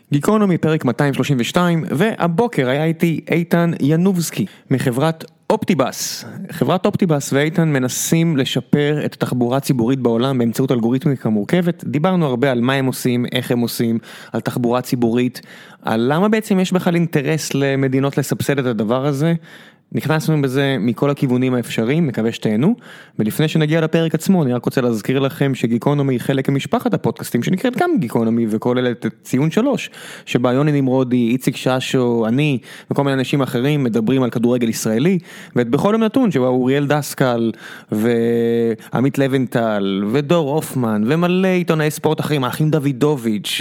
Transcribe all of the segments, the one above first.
גיקונומי פרק 232, והבוקר היה איתי איתן ינובסקי מחברת אופטיבאס. חברת אופטיבאס ואיתן מנסים לשפר את התחבורה הציבורית בעולם באמצעות אלגוריתמיקה מורכבת. דיברנו הרבה על מה הם עושים, איך הם עושים, על תחבורה ציבורית, על למה בעצם יש בכלל אינטרס למדינות לסבסד את הדבר הזה. נכנסנו בזה מכל הכיוונים האפשריים, מקווה שתהנו, ולפני שנגיע לפרק עצמו, אני רק רוצה להזכיר לכם שגיקונומי היא חלק ממשפחת הפודקאסטים, שנקראת גם גיקונומי, וכוללת ציון 3, שבה יוני נמרודי, איציק ששו, אני, וכל מיני אנשים אחרים מדברים על כדורגל ישראלי, ובכל יום נתון, שבה אוריאל דסקל, ועמית לבנטל, ודור אופמן, ומלא עיתונאי ספורט אחרים, האחים דוידוביץ',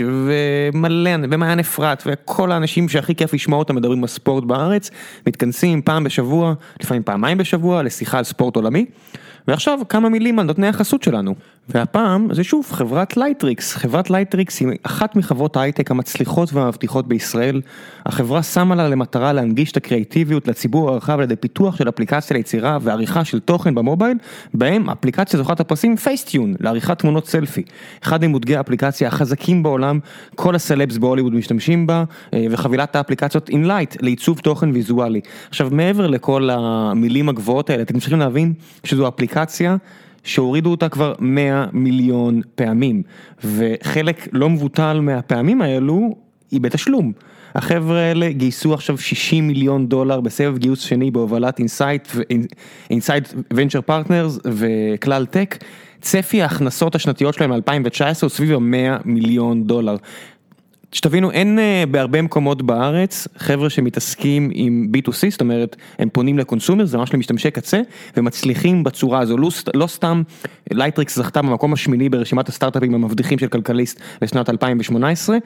ומעיין אפרת, וכל האנשים שהכי כיף לשמוע אותם מדברים על ספורט בארץ, מתכנסים פעם בשבוע, לפעמים פעמיים בשבוע, לשיחה על ספורט עולמי. ועכשיו כמה מילים על נותני החסות שלנו. והפעם זה שוב חברת לייטריקס. חברת לייטריקס היא אחת מחברות ההייטק המצליחות והמבטיחות בישראל. החברה שמה לה למטרה להנגיש את הקריאטיביות לציבור הרחב על ידי פיתוח של אפליקציה ליצירה ועריכה של תוכן במובייל, בהם אפליקציה זוכת הפרסים פייסטיון, לעריכת תמונות סלפי. אחד ממותגי האפליקציה החזקים בעולם, כל הסלבס בהוליווד משתמשים בה, וחבילת האפליקציות InLight לעיצוב תוכן ויזואלי. עכשיו מעבר לכל המילים הגבוהות האלה, אתם צריכים להבין שזו אפליקציה שהורידו אותה כבר 100 מיליון פעמים, וחלק לא מבוטל מהפעמים האלו היא בתשלום. החבר'ה האלה גייסו עכשיו $60 מיליון בסבב גיוס שני בהובלת Insight Venture Partners וכלל טק. צפי ההכנסות השנתיות שלהם ב-2019 הוא סביב $100 מיליון. שתבינו, אין בהרבה מקומות בארץ חבר'ה שמתעסקים עם B2C, זאת אומרת, הם פונים לקונסומר, זה ממש למשתמשי קצה, ומצליחים בצורה הזו. לא סתם, לייטריקס זכתה במקום השמיני ברשימת הסטארט-אפים המבדיחים של כלכליסט לשנת 2018,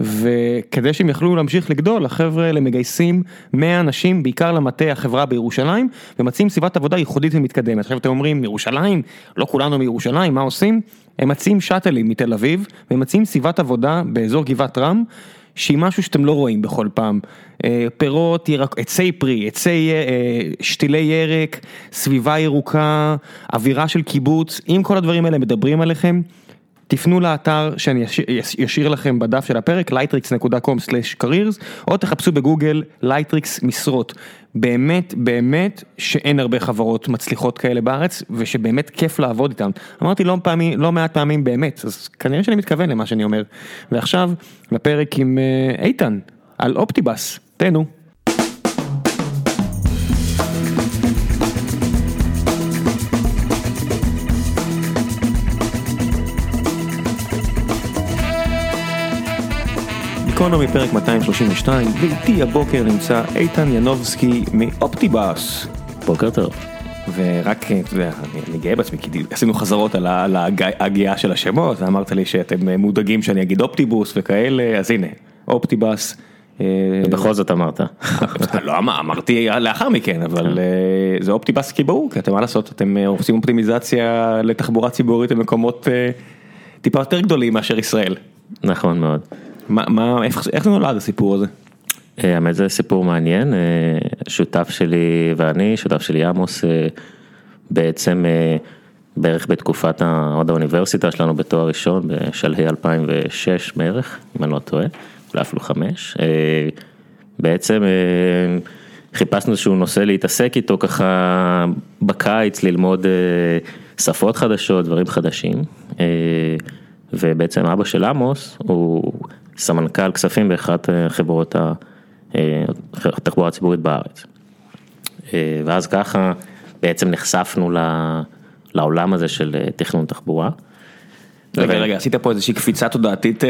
וכדי שהם יכלו להמשיך לגדול, החבר'ה האלה מגייסים 100 אנשים, בעיקר למטה החברה בירושלים, ומציעים סביבת עבודה ייחודית ומתקדמת. עכשיו אתם אומרים, ירושלים, לא כולנו מירושלים, מה עושים? הם מציעים שאטלים מתל אביב, והם מציעים סביבת עבודה באזור גבעת רם, שהיא משהו שאתם לא רואים בכל פעם. פירות, עצי פרי, עצי שתילי ירק, סביבה ירוקה, אווירה של קיבוץ, אם כל הדברים האלה מדברים עליכם, תפנו לאתר שאני ישאיר לכם בדף של הפרק, lightrix.com/careers, או תחפשו בגוגל lightrix משרות. באמת, באמת שאין הרבה חברות מצליחות כאלה בארץ, ושבאמת כיף לעבוד איתן. אמרתי לא מעט פעמים באמת, אז כנראה שאני מתכוון למה שאני אומר. ועכשיו, לפרק עם איתן, על אופטיבאס. תהנו. גיקונומי פרק 232, ואיתי הבוקר נמצא איתן ינובסקי מאופטיבאס. בוקר טוב. ורק, אתה יודע, אני גאה בעצמי, כי עשינו חזרות על ההגיעה של השמות, ואמרת לי שאתם מודאגים שאני אגיד אופטיבוס וכאלה, אז הנה, אופטיבאס. בכל זאת אמרת. לא, אמרתי לאחר מכן, אבל זה אופטיבאס כי ברור, כי אתם מה לעשות, אתם עושים אופטימיזציה לתחבורה ציבורית במקומות טיפה יותר גדולים מאשר ישראל. נכון מאוד. איך זה נולד הסיפור הזה? האמת זה סיפור מעניין, שותף שלי ואני, שותף שלי עמוס, בעצם בערך בתקופת עוד האוניברסיטה שלנו בתואר ראשון, בשלהי 2006 בערך, אם אני לא טועה, אולי אפילו 5, בעצם חיפשנו איזשהו נושא להתעסק איתו ככה בקיץ, ללמוד שפות חדשות, דברים חדשים, ובעצם אבא של עמוס הוא סמנכ"ל כספים באחת חברות התחבורה הציבורית בארץ. ואז ככה בעצם נחשפנו לעולם הזה של תכנון תחבורה. רגע, עשית פה איזושהי קפיצה תודעתית,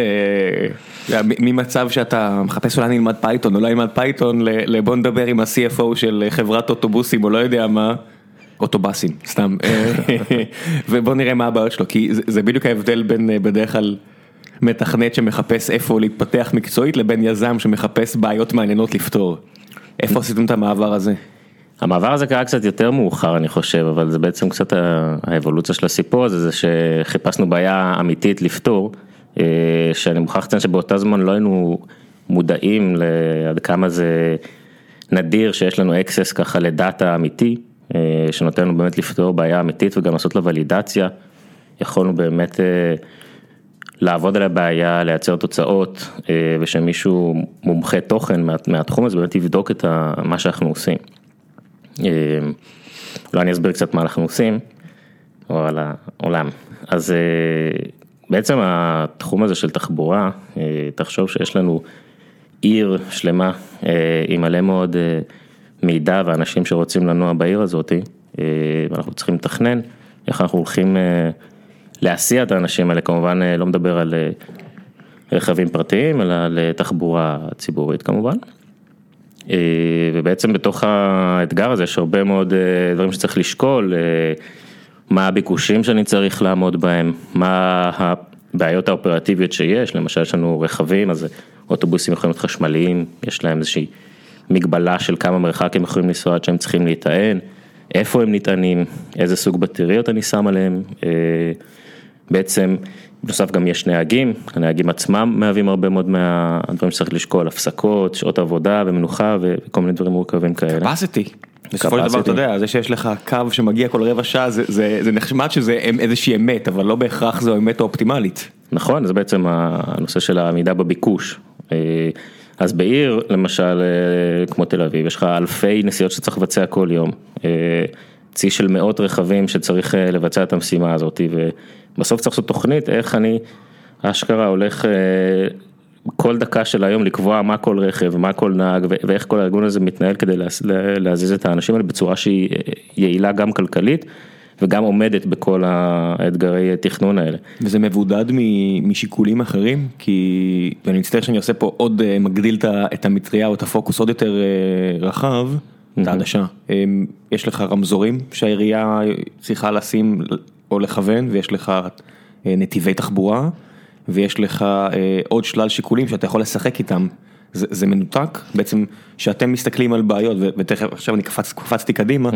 ממצב שאתה מחפש אולי נלמד פייתון, אולי נלמד פייתון, לבוא נדבר עם ה-CFO של חברת אוטובוסים, או לא יודע מה, אוטובוסים, סתם, ובוא נראה מה הבעיות שלו, כי זה בדיוק ההבדל בין בדרך כלל מתכנת שמחפש איפה להתפתח מקצועית, לבין יזם שמחפש בעיות מעניינות לפתור. איפה עשיתם את המעבר הזה? המעבר הזה קרה קצת יותר מאוחר, אני חושב, אבל זה בעצם קצת האבולוציה של הסיפור הזה, זה שחיפשנו בעיה אמיתית לפתור, שאני מוכרח לציין שבאותה זמן לא היינו מודעים עד כמה זה נדיר שיש לנו אקסס ככה לדאטה אמיתי, שנותן לנו באמת לפתור בעיה אמיתית וגם לעשות לה ולידציה. יכולנו באמת לעבוד על הבעיה, לייצר תוצאות, ושמישהו מומחה תוכן מהתחום הזה, באמת יבדוק את מה שאנחנו עושים. אולי אני אסביר קצת מה אנחנו עושים, או על העולם. אז בעצם התחום הזה של תחבורה, תחשוב שיש לנו עיר שלמה, עם מלא מאוד מידע ואנשים שרוצים לנוע בעיר הזאת, ואנחנו צריכים לתכנן איך אנחנו הולכים להסיע את האנשים האלה, כמובן לא מדבר על רכבים פרטיים, אלא על תחבורה ציבורית כמובן. ובעצם בתוך האתגר הזה יש הרבה מאוד דברים שצריך לשקול, מה הביקושים שאני צריך לעמוד בהם, מה הבעיות האופרטיביות שיש, למשל יש לנו רכבים, אז אוטובוסים יכולים להיות חשמליים, יש להם איזושהי מגבלה של כמה מרחק הם יכולים לנסוע עד שהם צריכים להיטען, איפה הם נטענים, איזה סוג בטריות אני שם עליהם, בעצם בנוסף גם יש נהגים, הנהגים עצמם מהווים הרבה מאוד מהדברים שצריך לשקול, הפסקות, שעות עבודה ומנוחה וכל מיני דברים מורכבים כאלה. capacity. בסופו של דבר אתה יודע, זה שיש לך קו שמגיע כל רבע שעה, זה נחמד שזה איזושהי אמת, אבל לא בהכרח זו אמת האופטימלית. נכון, זה בעצם הנושא של העמידה בביקוש. אז בעיר, למשל, כמו תל אביב, יש לך אלפי נסיעות שצריך לבצע כל יום, צי של מאות רכבים שצריך לבצע את המשימה הזאת, ובסוף צריך לעשות תוכנית, איך אני, האשכרה הולך כל דקה של היום לקבוע מה כל רכב, מה כל נהג, ואיך כל הארגון הזה מתנהל כדי להזיז את האנשים האלה בצורה שהיא יעילה גם כלכלית, וגם עומדת בכל האתגרי תכנון האלה. וזה מבודד משיקולים אחרים, כי אני מצטער שאני עושה פה עוד, מגדיל את המטריה או את הפוקוס עוד יותר רחב, את העדשה. יש לך רמזורים שהעירייה צריכה לשים או לכוון, ויש לך נתיבי תחבורה, ויש לך עוד שלל שיקולים שאתה יכול לשחק איתם. זה מנותק, בעצם שאתם מסתכלים על בעיות, ותכף עכשיו אני קפצתי קדימה,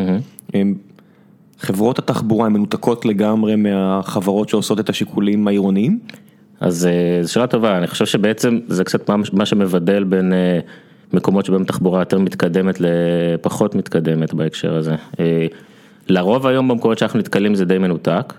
חברות התחבורה הן מנותקות לגמרי מהחברות שעושות את השיקולים העירוניים? אז זו שאלה טובה, אני חושב שבעצם זה קצת מה שמבדל בין מקומות שבהם תחבורה יותר מתקדמת לפחות מתקדמת בהקשר הזה. לרוב היום במקומות שאנחנו נתקלים זה די מנותק,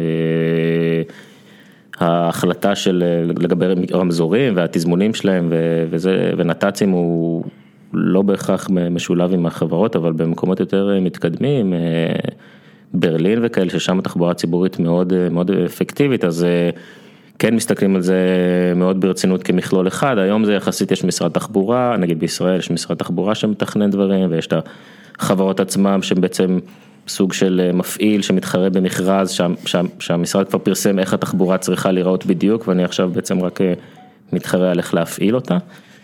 ההחלטה של לגבי רמזורים והתזמונים שלהם ונת"צים הוא לא בהכרח משולב עם החברות, אבל במקומות יותר מתקדמים, ברלין וכאלה, ששם התחבורה הציבורית מאוד, מאוד אפקטיבית, אז כן מסתכלים על זה מאוד ברצינות כמכלול אחד. היום זה יחסית יש משרד תחבורה, נגיד בישראל יש משרד תחבורה שמתכנן דברים, ויש את החברות עצמם שבעצם סוג של מפעיל שמתחרה במכרז, שהמשרד כבר פרסם איך התחבורה צריכה להיראות בדיוק, ואני עכשיו בעצם רק מתחרה על איך להפעיל אותה.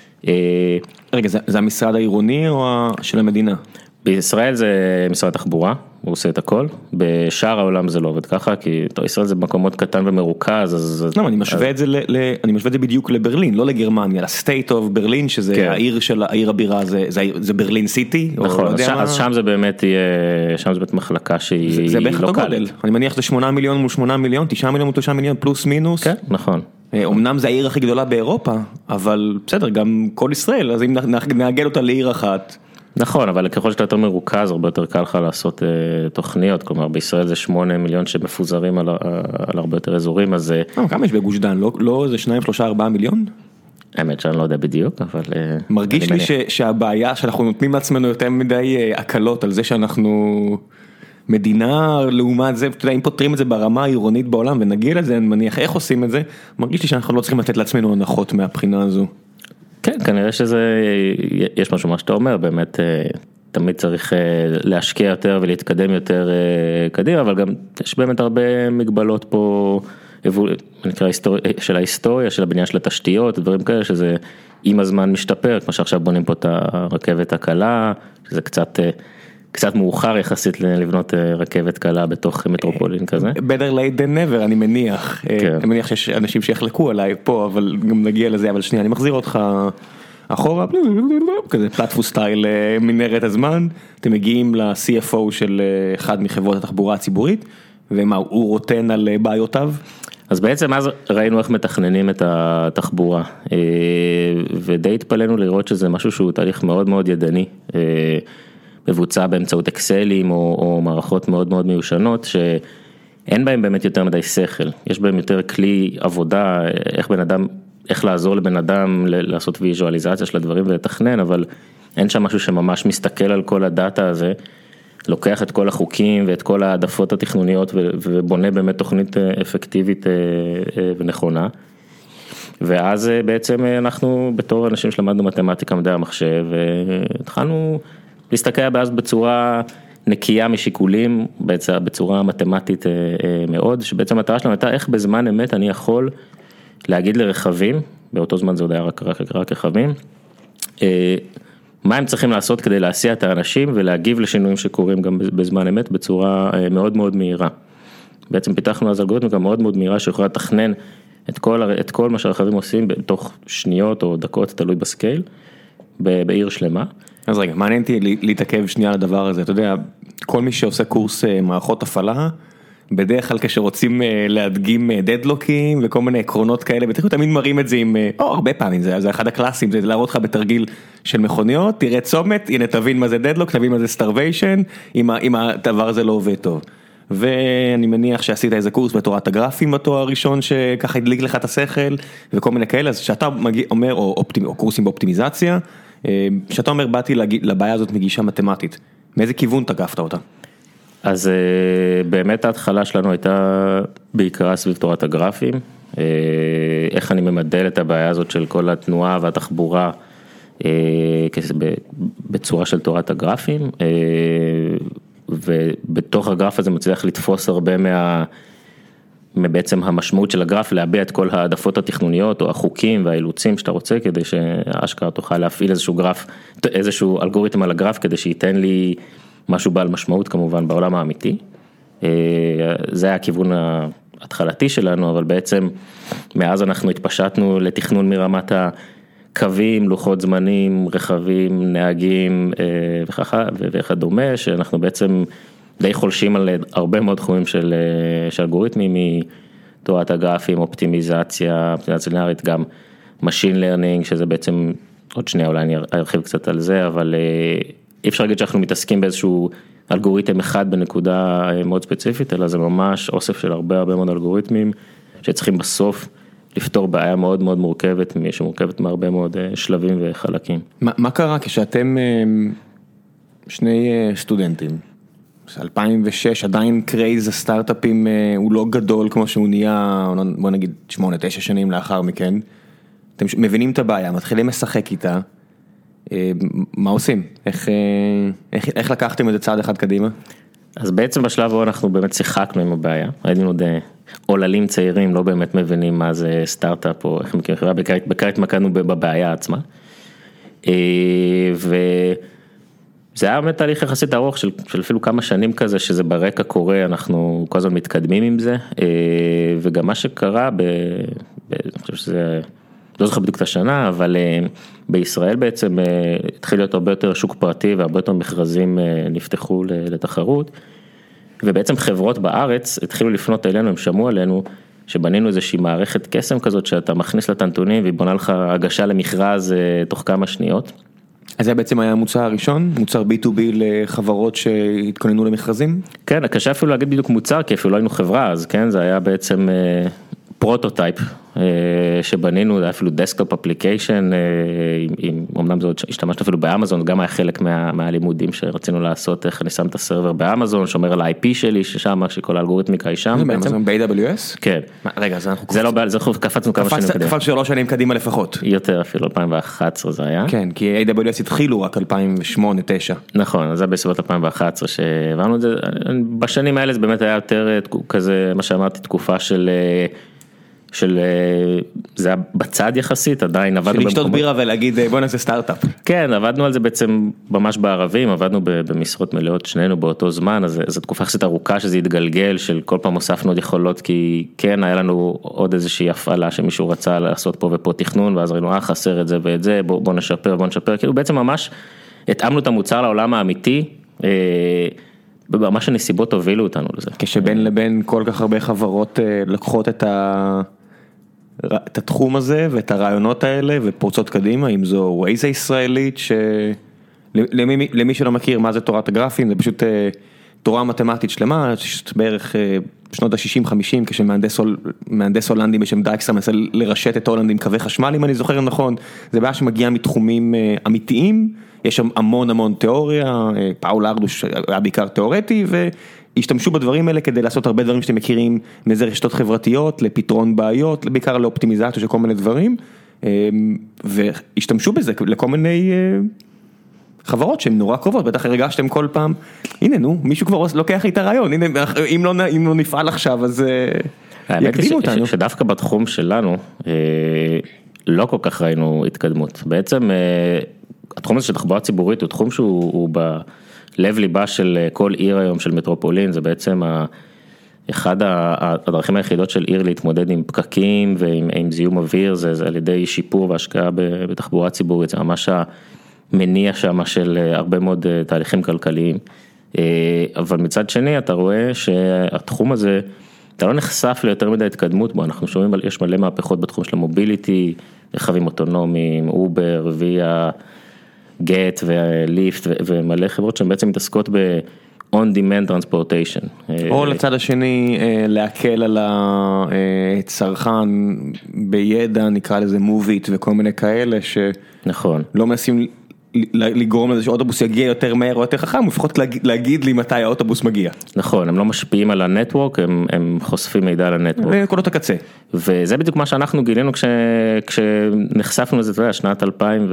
רגע, זה המשרד העירוני או של המדינה? בישראל זה משרד תחבורה, הוא עושה את הכל, בשאר העולם זה לא עובד ככה, כי ישראל זה במקומות קטן ומרוכז, אז... לא, אני משווה את זה בדיוק לברלין, לא לגרמניה, ל-State of Berlin, שזה העיר הבירה, זה ברלין סיטי? נכון, אז שם זה באמת יהיה, שם זה באמת מחלקה שהיא לוקלית. אני מניח שזה 8 מיליון מול 8 מיליון, 9 מיליון מול 9 מיליון, פלוס מינוס. כן, נכון. אמנם זה העיר הכי גדולה באירופה, אבל בסדר, גם כל ישראל, אז אם נאגד אותה לעיר אחת... נכון, אבל ככל שאתה יותר מרוכז, הרבה יותר קל לך לעשות תוכניות, כלומר בישראל זה 8 מיליון שמפוזרים על הרבה יותר אזורים, אז... כמה יש בגוש דן? לא זה 2, 3, 4 מיליון? האמת שאני לא יודע בדיוק, אבל... מרגיש לי שהבעיה שאנחנו נותנים לעצמנו יותר מדי הקלות על זה שאנחנו מדינה לעומת זה, אתה יודע, אם פותרים את זה ברמה העירונית בעולם ונגיע לזה, אני מניח איך עושים את זה, מרגיש לי שאנחנו לא צריכים לתת לעצמנו הנחות מהבחינה הזו. כן, כנראה יש משהו מה שאתה אומר, באמת תמיד צריך להשקיע יותר ולהתקדם יותר קדימה, אבל גם יש באמת הרבה מגבלות פה, נקרא של ההיסטוריה, של הבנייה של התשתיות, דברים כאלה שזה עם הזמן משתפר, כמו שעכשיו בונים פה את הרכבת הקלה, שזה קצת מאוחר יחסית לבנות רכבת קלה בתוך מטרופולין כזה. Better late than never, אני מניח. אני מניח שיש אנשים שיחלקו עליי פה, אבל גם נגיע לזה, אבל שנייה, אני מחזיר אותך אחורה, כזה פלטפוס סטייל מנהרת הזמן, אתם מגיעים ל-CFO של אחד מחברות התחבורה הציבורית, ומה, הוא רוטן על בעיותיו? אז בעצם אז ראינו איך מתכננים את התחבורה, ודי התפלאנו לראות שזה משהו שהוא תהליך מאוד מאוד ידני, מבוצע באמצעות אקסלים או מערכות מאוד מאוד מיושנות, אין בהם באמת יותר מדי שכל, יש בהם יותר כלי עבודה, איך לעזור לבן אדם לעשות ויזואליזציה של הדברים ולתכנן, אבל אין שם משהו שממש מסתכל על כל הדאטה הזה, לוקח את כל החוקים ואת כל העדפות התכנוניות ובונה באמת תוכנית אפקטיבית ונכונה. ואז בעצם אנחנו בתור אנשים שלמדנו מתמטיקה מדעי המחשב, התחלנו להסתכל אז בצורה נקייה משיקולים, בצורה מתמטית מאוד, שבעצם המטרה שלנו הייתה איך בזמן אמת אני יכול להגיד לרכבים, באותו זמן זה עוד היה רק רכבים, מה הם צריכים לעשות כדי להסיע את האנשים ולהגיב לשינויים שקורים גם בזמן אמת בצורה מאוד מאוד מהירה. בעצם פיתחנו אז אלגוריתמיקה מאוד מאוד מהירה שיכולה לתכנן את כל מה שהרכבים עושים בתוך שניות או דקות, תלוי בסקייל, בעיר שלמה. אז רגע, מעניין אותי להתעכב שנייה לדבר הזה, אתה יודע, כל מי שעושה קורס מערכות הפעלה, בדרך כלל כשרוצים להדגים דדלוקים וכל מיני עקרונות כאלה, תמיד מראים את זה עם, הרבה פעמים, זה אחד הקלאסים, זה להראות לך בתרגיל של מכוניות, תראה צומת, הנה תבין מה זה דדלוק, תבין מה זה סטארוויישן, אם הדבר הזה לא עובד טוב. ואני מניח שעשית איזה קורס בתורת הגרפים בתואר הראשון, שככה הדליק לך את השכל, וכל מיני כאלה, אז שאתה אומר, או קורסים באופטימיזציה, שאתה אומר, באתי לבעיה הזאת מגישה מתמטית, מאיזה כיוון תקפת אותה? אז באמת ההתחלה שלנו הייתה בעיקרה סביב תורת הגרפים, איך אני ממדל את הבעיה הזאת של כל התנועה והתחבורה בצורה של תורת הגרפים, ובתוך הגרף הזה מצליח לתפוס הרבה בעצם המשמעות של הגרף, להביע את כל העדפות התכנוניות או החוקים והאילוצים שאתה רוצה, כדי שהאשכרה תוכל להפעיל איזשהו אלגוריתם על הגרף, כדי שייתן לי משהו בעל משמעות כמובן בעולם האמיתי. זה היה הכיוון ההתחלתי שלנו, אבל בעצם מאז אנחנו התפשטנו לתכנון מרמת הקווים, לוחות זמנים, רכבים, נהגים וכדומה, שאנחנו בעצם די חולשים על הרבה מאוד תחומים של אלגוריתמים, מתורת הגרפים, אופטימיזציה לינארית, גם Machine Learning, שזה בעצם, עוד שנייה אולי אני ארחיב קצת על זה, אבל אי אפשר להגיד שאנחנו מתעסקים באיזשהו אלגוריתם אחד בנקודה מאוד ספציפית, אלא זה ממש אוסף של הרבה מאוד אלגוריתמים, שצריכים בסוף לפתור בעיה מאוד מאוד מורכבת, שמורכבת מהרבה מאוד שלבים וחלקים. מה קרה כשאתם שני סטודנטים? 2006 עדיין קרייז הסטארט-אפים הוא לא גדול כמו שהוא נהיה, בוא נגיד 8-9 שנים לאחר מכן. אתם מבינים את הבעיה, מתחילים לשחק איתה, מה עושים? איך לקחתם את זה צעד אחד קדימה? אז בעצם בשלב בו אנחנו באמת שיחקנו עם הבעיה, היינו עוד עוללים צעירים, לא באמת מבינים מה זה סטארט-אפ או איך מכירים חברה, בעיקר התמקדנו בבעיה עצמה. זה היה באמת תהליך יחסית ארוך של אפילו כמה שנים כזה, שזה ברקע קורה, אנחנו כל הזמן מתקדמים עם זה, וגם מה שקרה, אני חושב שזה, לא זוכר בדיוק את השנה, אבל בישראל בעצם התחיל להיות הרבה יותר שוק פרטי, והרבה יותר מכרזים נפתחו לתחרות, ובעצם חברות בארץ התחילו לפנות אלינו, הם שמעו עלינו, שבנינו איזושהי מערכת קסם כזאת, שאתה מכניס לה את הנתונים, והיא בונה לך הגשה למכרז תוך כמה שניות. אז זה בעצם היה המוצר הראשון, מוצר B2B לחברות שהתכוננו למכרזים? כן, קשה אפילו להגיד בדיוק מוצר, כי אפילו לא היינו חברה, אז כן, זה היה בעצם פרוטוטייפ שבנינו, זה היה אפילו דסקטופ אפליקיישן, אמנם זה השתמשנו אפילו באמזון, גם היה חלק מהלימודים שרצינו לעשות, איך אני שם את הסרבר באמזון, שומר על ה-IP שלי, ששם, שכל האלגוריתמיקה היא שם. זה באמזון ב-AWS? כן. רגע, אז אנחנו... זה לא, קפצנו כמה שנים קדימה. קפצנו 3 שנים קדימה לפחות. יותר, אפילו 2011 זה היה. כן, כי AWS התחילו רק 2008-2009. נכון, אז זה בסביבות 2011 שהבנו את זה. בשנים האלה זה באמת היה יותר כזה, מה שאמרתי, תקופה זה היה בצד יחסית, עדיין עבדנו... של לשתות בירה ולהגיד בוא נעשה סטארט-אפ. כן, עבדנו על זה בעצם ממש בערבים, עבדנו במשרות מלאות שנינו באותו זמן, אז זו תקופה יחסית ארוכה שזה התגלגל, של כל פעם הוספנו עוד יכולות, כי כן, היה לנו עוד איזושהי הפעלה שמישהו רצה לעשות פה ופה תכנון, ואז ראינו, חסר את זה ואת זה, בוא נשפר, כאילו בעצם ממש התאמנו את המוצר לעולם האמיתי, ממש הנסיבות הובילו אותנו לזה. כשבין לבין כל כך הרבה חברות לקחות את התחום הזה ואת הרעיונות האלה ופורצות קדימה, אם זו ווייז הישראלית, למי שלא מכיר מה זה תורת הגרפים, זה פשוט תורה מתמטית שלמה, בערך בשנות ה-60-50, כשמהנדס הולנדי בשם דייקסטר מנסה לרשת את הולנד עם קווי חשמל, אם אני זוכר נכון, זה בעיה שמגיעה מתחומים אמיתיים, יש שם המון תיאוריה, פאול ארדוש היה בעיקר תיאורטי, והשתמשו בדברים האלה כדי לעשות הרבה דברים שאתם מכירים, מאיזה רשתות חברתיות, לפתרון בעיות, בעיקר לאופטימיזציה של כל מיני דברים, והשתמשו בזה לכל מיני חברות שהן נורא קרובות, בטח הרגשתם כל פעם, הנה נו, מישהו כבר לוקח לי את הרעיון, הנה, אם לא נפעל עכשיו, אז יקדימו אותנו. שדווקא בתחום שלנו, לא כל כך ראינו התקדמות. בעצם, התחום הזה של תחבורה ציבורית, הוא תחום שהוא בלב ליבה של כל עיר היום של מטרופולין, זה בעצם אחד הדרכים היחידות של עיר להתמודד עם פקקים ועם זיהום אוויר, זה על ידי שיפור והשקעה בתחבורה ציבורית, זה ממש מניע שם של הרבה מאוד תהליכים כלכליים, אבל מצד שני אתה רואה שהתחום הזה, אתה לא נחשף ליותר מדי התקדמות בו, אנחנו שומעים, יש מלא מהפכות בתחום של המוביליטי, רכבים אוטונומיים, אובר, ויה, גט וליפט ומלא חברות שהן בעצם מתעסקות on-demand transportation. או לצד השני, להקל על הצרכן בידע, נקרא לזה מוביט וכל מיני כאלה, נכון. לא מנסים לגרום לזה שאוטובוס יגיע יותר מהר או יותר חכם, לפחות להגיד לי מתי האוטובוס מגיע. נכון, הם לא משפיעים על הנטוורק, הם חושפים מידע על הנטוורק. ונקודות הקצה. וזה בדיוק מה שאנחנו גילינו כשנחשפנו לזה, אתה יודע, שנת 2005-2006,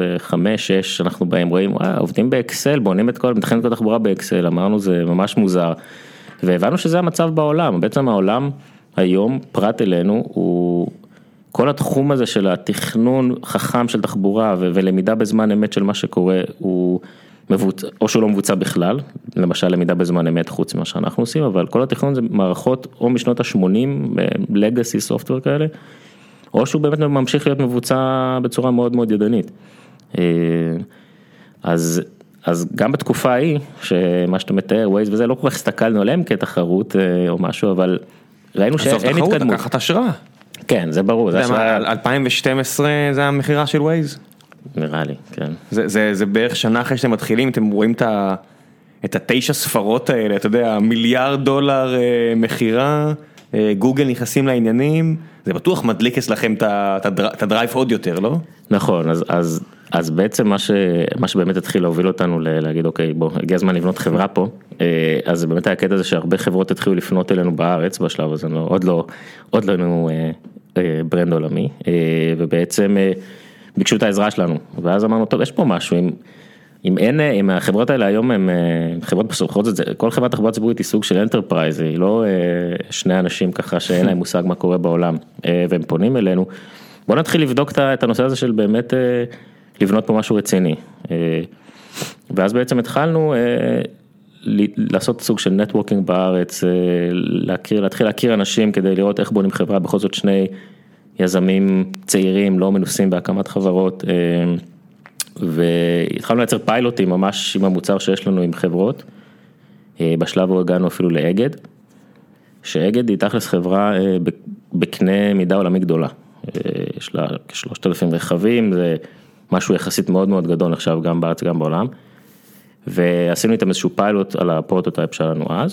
אנחנו באים רואים, עובדים באקסל, בונים את כל, מתכננים את התחבורה באקסל, אמרנו זה ממש מוזר, והבנו שזה המצב בעולם, בעצם העולם היום, פרט אלינו, הוא כל התחום הזה של התכנון חכם של תחבורה ולמידה בזמן אמת של מה שקורה, הוא מבוצע, או שהוא לא מבוצע בכלל, למשל למידה בזמן אמת חוץ ממה שאנחנו עושים, אבל כל התכנון זה מערכות או משנות ה-80, legacy software כאלה, או שהוא באמת ממשיך להיות מבוצע בצורה מאוד מאוד ידנית. אז גם בתקופה ההיא, שמה שאתה מתאר, ווייז וזה, לא כל כך הסתכלנו עליהם כתחרות או משהו, אבל ראינו שאין התקדמות. תחרות, לקחת השראה. כן, זה ברור. 2012 זה המחירה של ווייז? נראה לי, כן. זה בערך שנה אחרי שאתם מתחילים, אתם רואים את 9 ספרות האלה, אתה יודע, $1 מיליארד מחירה, גוגל נכנסים לעניינים, זה בטוח מדליק אצלכם את הדרייב עוד יותר, לא? נכון, אז בעצם מה שבאמת התחיל להוביל אותנו להגיד, אוקיי, בוא, הגיע הזמן לבנות חברה פה, אז באמת היה הקטע הזה שהרבה חברות התחילו לפנות אלינו בארץ בשלב הזה, עוד לא היינו ברנד עולמי, ובעצם ביקשו את העזרה שלנו, ואז אמרנו, טוב, יש פה משהו, אם החברות האלה היום הם חברות בסופחות, כל חברת תחבורה ציבורית היא סוג של אנטרפרייז, היא לא שני אנשים ככה שאין להם מושג מה קורה בעולם, והם פונים אלינו, בואו נתחיל לבדוק את הנושא הזה של באמת לבנות פה משהו רציני, ואז בעצם התחלנו לעשות סוג של נטוורקינג בארץ, להתחיל להכיר אנשים כדי לראות איך בונים חברה, בכל זאת שני יזמים צעירים לא מנוסים בהקמת חברות, והתחלנו לייצר פיילוטים ממש עם המוצר שיש לנו עם חברות, בשלב הוא הגענו אפילו לאגד, שאגד היא תכלס חברה בקנה מידה עולמי גדולה, יש לה כ-3,000 רכבים, זה משהו יחסית מאוד מאוד גדול עכשיו גם בארץ גם בעולם, ועשינו איתם איזשהו פיילוט על הפרוטוטייפ שלנו אז,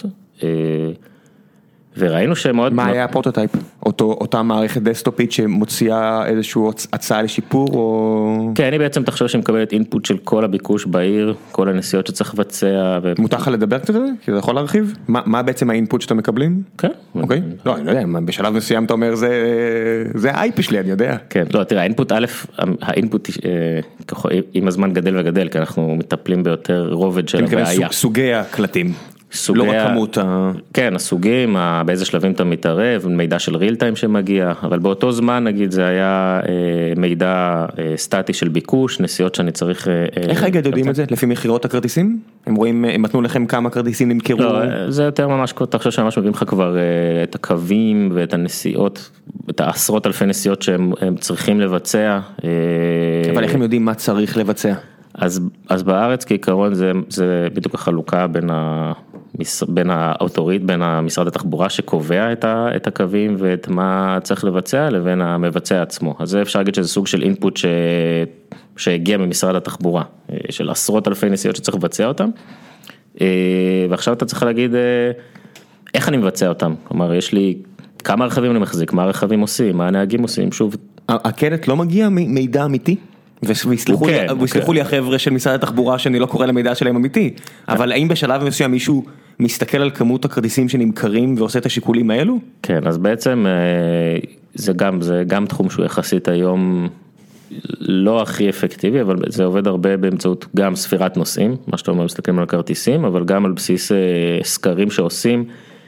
וראינו שמאוד... מה היה הפרוטוטייפ? אותה מערכת דסקטופית שמוציאה איזושהי הצעה לשיפור או... כן, אני בעצם תחשוב שמקבלת אינפוט של כל הביקוש בעיר, כל הנסיעות שצריך לבצע. מותר לך לדבר קצת על זה? כי אתה יכול להרחיב? מה בעצם האינפוט שאתם מקבלים? כן. אוקיי? לא, אני לא יודע, בשלב מסוים אתה אומר, זה האייפ שלי, אני יודע. כן, לא, תראה, האינפוט עם הזמן גדל וגדל, כי אנחנו מטפלים ביותר רובד של הבעיה. סוגי הקלטים. לא רק כמות כן, הסוגים, באיזה שלבים אתה מתערב, מידע של ריל טיים שמגיע, אבל באותו זמן נגיד זה היה מידע סטטי של ביקוש, נסיעות שאני צריך... איך אגד יודעים את זה? לפי מחירות הכרטיסים? הם רואים, הם נתנו לכם כמה כרטיסים נמכרו? לא, זה יותר ממש, אתה חושב שממש מביאים לך כבר את הקווים ואת הנסיעות, את העשרות אלפי נסיעות שהם צריכים לבצע. אבל איך הם יודעים מה צריך לבצע? אז בארץ כעיקרון זה בדיוק החלוקה בין האוטוריט, בין המשרד התחבורה שקובע את הקווים ואת מה צריך לבצע לבין המבצע עצמו. אז זה אפשר להגיד שזה סוג של אינפוט שהגיע ממשרד התחבורה, של עשרות אלפי נסיעות שצריך לבצע אותם. ועכשיו אתה צריך להגיד איך אני מבצע אותם? כלומר, יש לי כמה רכבים אני מחזיק, מה הרכבים עושים, מה הנהגים עושים, שוב. הקלט לא מגיע מידע אמיתי? ויסלחו לי החבר'ה של משרד התחבורה שאני לא קורא למידע שלהם אמיתי, אבל האם בשלב מסוים מישהו מסתכל על כמות הכרטיסים שנמכרים ועושה את השיקולים האלו? כן, אז בעצם זה גם תחום שהוא יחסית היום לא הכי אפקטיבי, אבל זה עובד הרבה באמצעות גם ספירת נוסעים, מה שאתה אומר, מסתכלים על כרטיסים, אבל גם על בסיס סקרים שעושים,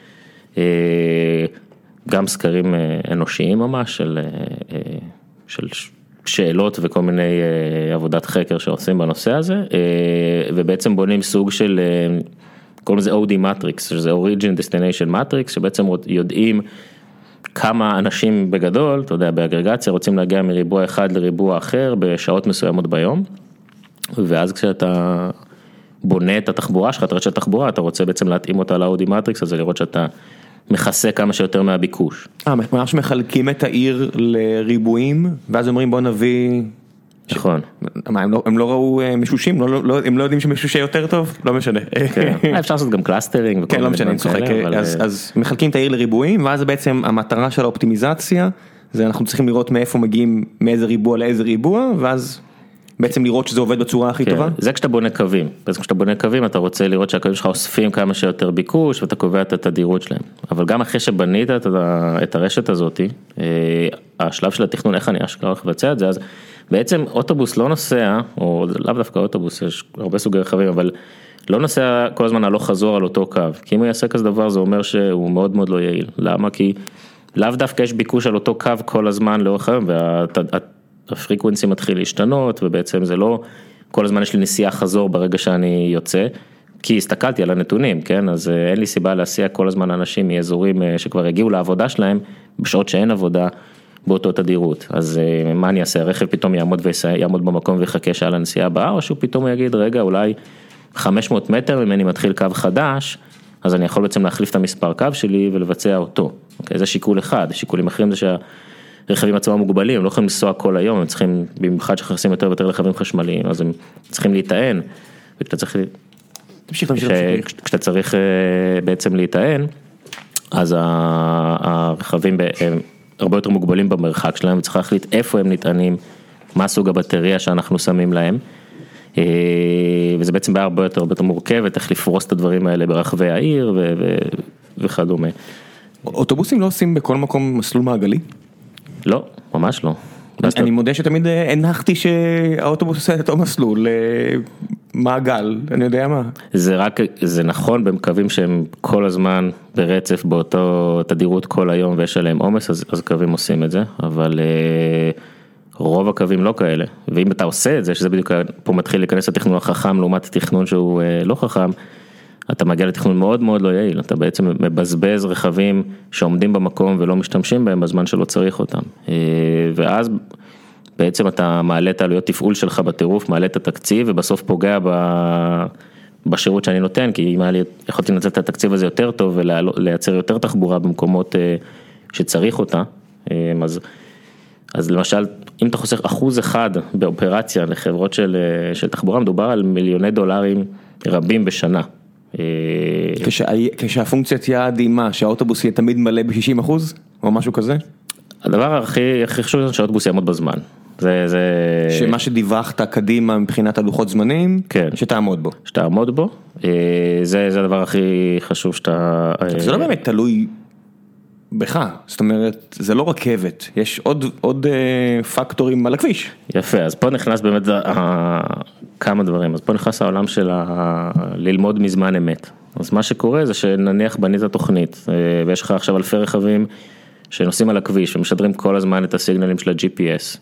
גם סקרים אנושיים ממש, של שאלות וכל מיני עבודת חקר שעושים בנושא הזה, ובעצם בונים סוג של, קוראים לזה OD Matrix, שזה Origin Destination Matrix, שבעצם יודעים כמה אנשים בגדול, אתה יודע, באגרגציה, רוצים להגיע מריבוע אחד לריבוע אחר, בשעות מסוימות ביום, ואז כשאתה בונה את התחבורה שלך, את רשת התחבורה, אתה רוצה בעצם להתאים אותה ל-OD Matrix, אז זה לראות שאתה מכסה כמה שיותר מהביקוש. ממש מחלקים את העיר לריבועים, ואז אומרים בוא נביא... נכון. מה, הם לא ראו משושים? הם לא יודעים שמשושה יותר טוב? לא משנה. אפשר לעשות גם קלאסטרינג. כן, לא משנה, אני צוחק. אז מחלקים את העיר לריבועים, ואז בעצם המטרה של האופטימיזציה, זה אנחנו צריכים לראות מאיפה מגיעים, מאיזה ריבוע לאיזה ריבוע, ואז בעצם לראות שזה עובד בצורה הכי טובה? זה כשאתה בונה קווים. בעצם כשאתה בונה קווים, אתה רוצה לראות שהקווים שלך אוספים כמה שיותר ביקוש, ואתה קובע את התדירות שלהם. אבל גם אחרי שבנית את הרשת הזאת, השלב של התכנון, איך אני אשכרה הולך לבצע את זה, אז בעצם אוטובוס לא נוסע, או לאו דווקא אוטובוס, יש הרבה סוגי רכבים, אבל לא נוסע כל הזמן הלוך חזור על אותו קו. כי אם הוא יעשה כזה דבר, זה אומר שהוא מאוד מאוד לא יעיל. למה? כי לאו דווקא יש ביקוש על אותו קו כל הזמן לאורך היום, הפריקוונסי מתחיל להשתנות, ובעצם זה לא, כל הזמן יש לי נסיעה חזור ברגע שאני יוצא, כי הסתכלתי על הנתונים, כן, אז אין לי סיבה להסיע כל הזמן אנשים מאזורים שכבר הגיעו לעבודה שלהם, בשעות שאין עבודה, באותו תדירות, אז מה אני אעשה, הרכב פתאום יעמוד במקום ויחכה שעה לנסיעה הבאה, או שהוא פתאום יגיד, רגע, אולי 500 מטר ממני מתחיל קו חדש, אז אני יכול בעצם להחליף את המספר קו שלי ולבצע אותו, אוקיי, זה שיקול אחד, שיקולים אחרים זה רכבים עצמם מוגבלים, הם לא יכולים לנסוע כל היום, הם צריכים, במיוחד שחסים יותר ויותר רכבים חשמליים, אז הם צריכים להיטען, כשאתה צריך בעצם להיטען, אז הרכבים הם הרבה יותר מוגבלים במרחק שלהם, וצריך להחליט איפה הם נטענים, מה סוג הבטריה שאנחנו שמים להם, וזה בעצם בעיה הרבה יותר מורכבת, איך לפרוס את הדברים האלה ברחבי העיר וכדומה. אוטובוסים לא עושים בכל מקום מסלול מעגלי? לא, ממש לא. אני מודה שתמיד הנחתי שהאוטובוס עושה את אותו מסלול, מעגל, אני יודע מה. זה נכון במקווים שהם כל הזמן ברצף באותו תדירות כל היום ויש עליהם עומס, אז קווים עושים את זה, אבל רוב הקווים לא כאלה. ואם אתה עושה את זה, שזה בדיוק פה מתחיל להיכנס לתכנון החכם לעומת תכנון שהוא לא חכם, אתה מגיע לתכנון מאוד מאוד לא יעיל, אתה בעצם מבזבז רכבים שעומדים במקום ולא משתמשים בהם בזמן שלא צריך אותם, ואז בעצם אתה מעלה את העלויות תפעול שלך בטירוף, מעלה את התקציב ובסוף פוגע בשירות שאני נותן, כי אם יכולתי לנצל את התקציב הזה יותר טוב ולייצר יותר תחבורה במקומות שצריך אותה, אז למשל, אם אתה חוסך 1% באופרציה לחברות של תחבורה, מדובר על מיליוני דולרים רבים בשנה. כשהפונקציית יעד היא מה, שהאוטובוס יהיה תמיד מלא ב-60% או משהו כזה? הדבר הכי חשוב זה שהאוטובוס יעמוד בזמן. שמה שדיווחת קדימה מבחינת הלוחות זמנים, שתעמוד בו. שתעמוד בו, זה הדבר הכי חשוב שאתה... זה לא באמת תלוי בך, זאת אומרת, זה לא רכבת, יש עוד פקטורים על הכביש. יפה, אז פה נכנס באמת כמה דברים, אז פה נכנס העולם של ללמוד מזמן אמת. אז מה שקורה זה שנניח בנית תוכנית, ויש לך עכשיו אלפי רכבים שנוסעים על הכביש ומשדרים כל הזמן את הסיגנלים של ה-GPS.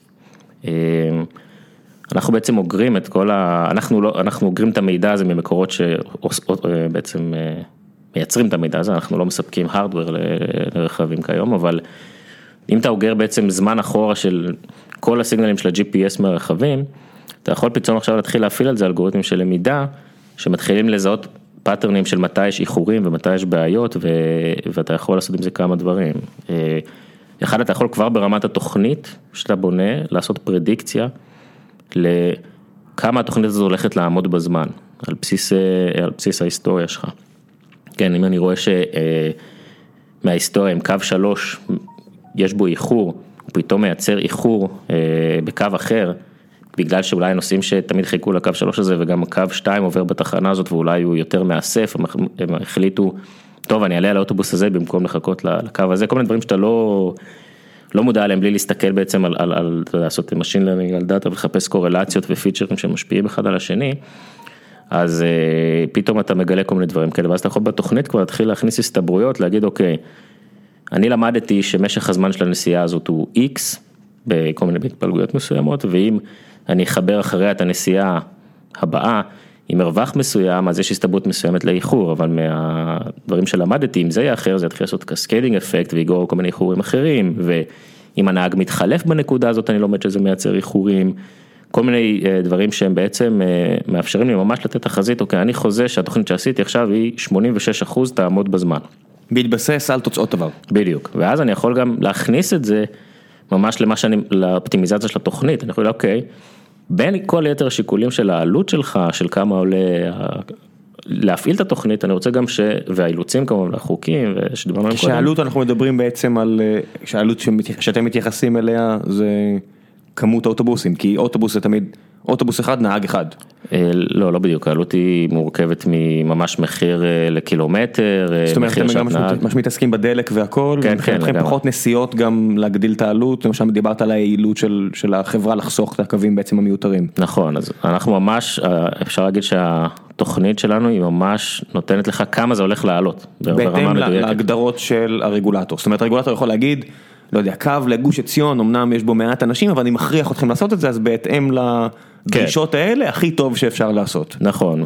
אנחנו בעצם אוגרים את כל אנחנו אוגרים את המידע הזה ממקורות שבעצם מייצרים את המידע הזה, אנחנו לא מספקים הארדוור לרכבים כיום, אבל אם אתה אוגר בעצם זמן אחורה של כל הסיגנלים של ה-GPS מהרכבים, אתה יכול פתאום עכשיו להתחיל להפעיל על זה אלגוריתמים של למידה, שמתחילים לזהות פאטרנים של מתי יש איחורים ומתי יש בעיות, ואתה יכול לעשות עם זה כמה דברים. אחד, אתה יכול כבר ברמת התוכנית שאתה בונה, לעשות פרדיקציה לכמה התוכנית הזו הולכת לעמוד בזמן, על בסיס ההיסטוריה שלך. כן, אם אני רואה מההיסטוריה, אם קו 3 יש בו איחור, הוא פתאום מייצר איחור בקו אחר, בגלל שאולי הנושאים שתמיד חיכו לקו 3 הזה, וגם קו 2 עובר בתחנה הזאת, ואולי הוא יותר מאסף, הם החליטו, טוב, אני אעלה על האוטובוס הזה, במקום לחכות לקו הזה, כל מיני דברים שאתה לא מודע עליהם, בלי להסתכל בעצם על לעשות machine learning על דאטה, ולחפש קורלציות ופיצ'רים שמשפיעים אחד על השני, אז פתאום אתה מגלה כל מיני דברים כאלה, ואז אתה יכול בתוכנית כבר להתחיל להכניס הסתברויות, להגיד, אוקיי, אני למדתי שמשך הזמן של הנסיעה הזאת הוא X, בכל מיני התפלגויות מסוימות, ואם אני אחבר אחריה את הנסיעה הבאה, עם מרווח מסוים, אז יש הסתברות מסוימת לאיחור, אבל מהדברים שלמדתי, אם זה יהיה אחר, זה יתחיל לעשות קסקיידינג אפקט, ויגור כל מיני איחורים אחרים, ואם הנהג מתחלף בנקודה הזאת, אני לומד שזה מייצר איחורים, כל מיני דברים שהם בעצם מאפשרים לי ממש לתת תחזית, אוקיי, אני חוזה שהתוכנית שעשיתי עכשיו היא 86% תעמוד בזמן. בהתבסס על תוצאות עבר. בדיוק, ואז אני יכול גם להכניס את זה, ממש לאופטימיזציה של התוכנית, אני יכול להגיד, אוקיי, בין כל יתר השיקולים של העלות שלך, של כמה עולה להפעיל את התוכנית, אני רוצה גם והאילוצים כמובן, החוקים, ושדיברנו עליהם קודם. כשהעלות אנחנו מדברים בעצם על, שהעלות שאתם מתייחסים אליה, זה כמות האוטובוסים, כי אוטובוס זה תמיד, אוטובוס אחד, נהג אחד. לא בדיוק, העלות היא מורכבת מממש מחיר לקילומטר, זאת אומרת, אתם גם ממש מתעסקים בדלק והכל, ומבחינתכם פחות נסיעות גם להגדיל את העלות, למשל דיברת על היעילות של החברה לחסוך את הקווים בעצם המיותרים. נכון, אז אנחנו ממש, אפשר להגיד שהתוכנית שלנו היא ממש נותנת לך כמה זה הולך לעלות. בהתאם להגדרות של הרגולטור, זאת אומרת, הרגולטור יכול להגיד, לא יודע, קו לגוש עציון, אמנם יש בו מעט אנשים, אבל אני מכריח אתכם לעשות את זה, אז בהתאם לדרישות האלה, הכי טוב שאפשר לעשות. נכון,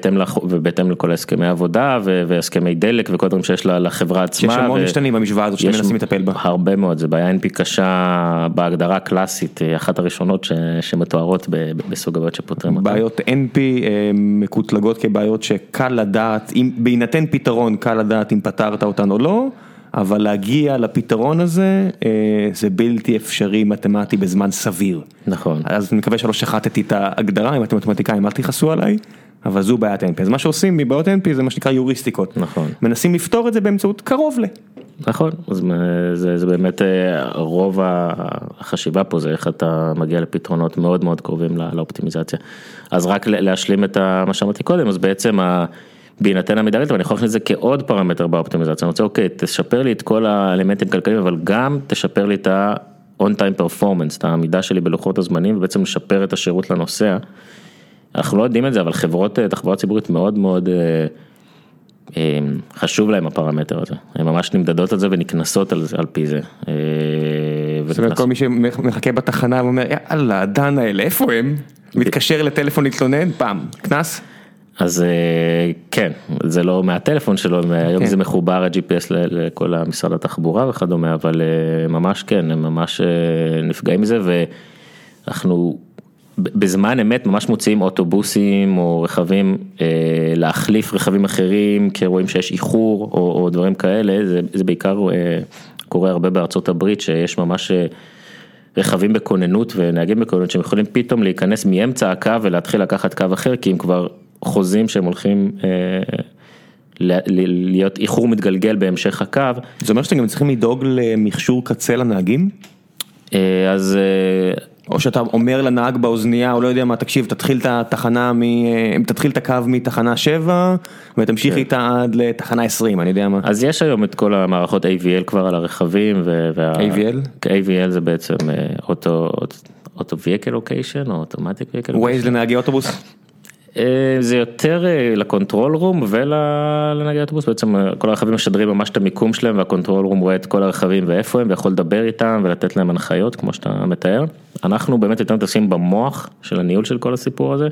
ובהתאם לכל הסכמי עבודה, והסכמי דלק, וכל דברים שיש לחברה עצמה. שיש המון משתנים במשוואה הזאת, שאתם מנסים לטפל בה. הרבה מאוד, זה בעיה NP קשה, בהגדרה הקלאסית, אחת הראשונות שמתוארות בסוג הבעיות שפותרים אותן. בעיות NP מקוטלגות כבעיות שקל לדעת, בהינתן פתרון, קל לדעת אם פתרת אותן או לא, אבל להגיע לפתרון הזה, זה בלתי אפשרי מתמטי בזמן סביר. נכון. אז אני מקווה שלא שחטתי את ההגדרה, אם אתם מתמטיקאים, אל תכעסו עליי, אבל זו בעיית NP. אז מה שעושים מבעיות NP זה מה שנקרא יוריסטיקות. נכון. מנסים לפתור את זה באמצעות קרוב ל. נכון, אז זה באמת רוב החשיבה פה, זה איך אתה מגיע לפתרונות מאוד מאוד קרובים לאופטימיזציה. אז רק להשלים את מה שאמרתי קודם, אז בעצם בהינתן המדלית, ואני יכול להכניס את זה כעוד פרמטר באופטימיזציה, אני רוצה, אוקיי, תשפר לי את כל האלמנטים כלכליים, אבל גם תשפר לי את ה-on-time performance, את העמידה שלי בלוחות הזמנים, ובעצם לשפר את השירות לנוסע. אנחנו לא יודעים את זה, אבל חברות תחבורה ציבורית מאוד מאוד חשוב להם הפרמטר הזה. הן ממש נמדדות על זה ונכנסות על פי זה. זאת אומרת, כל מי שמחכה בתחנה ואומר, יאללה, דן האלה, איפה הם? מתקשר לטלפון להתלונן, פעם, כנס? אז כן, זה לא מהטלפון שלו, היום זה מחובר ה-GPS לכל המשרד התחבורה וכדומה, אבל ממש כן, הם ממש נפגעים מזה, ואנחנו בזמן אמת ממש מוציאים אוטובוסים או רכבים, להחליף רכבים אחרים, כי רואים שיש איחור או דברים כאלה, זה בעיקר קורה הרבה בארצות הברית, שיש ממש רכבים בכוננות ונהגים בכוננות, שהם יכולים פתאום להיכנס מאמצע הקו ולהתחיל לקחת קו אחר, כי הם כבר חוזים שהם הולכים להיות איחור מתגלגל בהמשך הקו. זה אומר שאתם גם צריכים לדאוג למכשור קצה לנהגים? אז או שאתה אומר לנהג באוזנייה, או לא יודע מה, תקשיב, תתחיל את הקו מתחנה 7, ותמשיך איתה עד לתחנה 20, אני יודע מה. אז יש היום את כל המערכות AVL כבר על הרכבים. AVL? AVL זה בעצם Auto Vehicle Location, או Automatic Vehicle Location. Waze לנהגי אוטובוס? זה יותר לקונטרול רום ולנהגי אוטובוס, בעצם כל הרכבים משדרים ממש את המיקום שלהם, והקונטרול רום רואה את כל הרכבים ואיפה הם, ויכול לדבר איתם ולתת להם הנחיות, כמו שאתה מתאר. אנחנו באמת יותר מתעסקים במוח של הניהול של כל הסיפור הזה,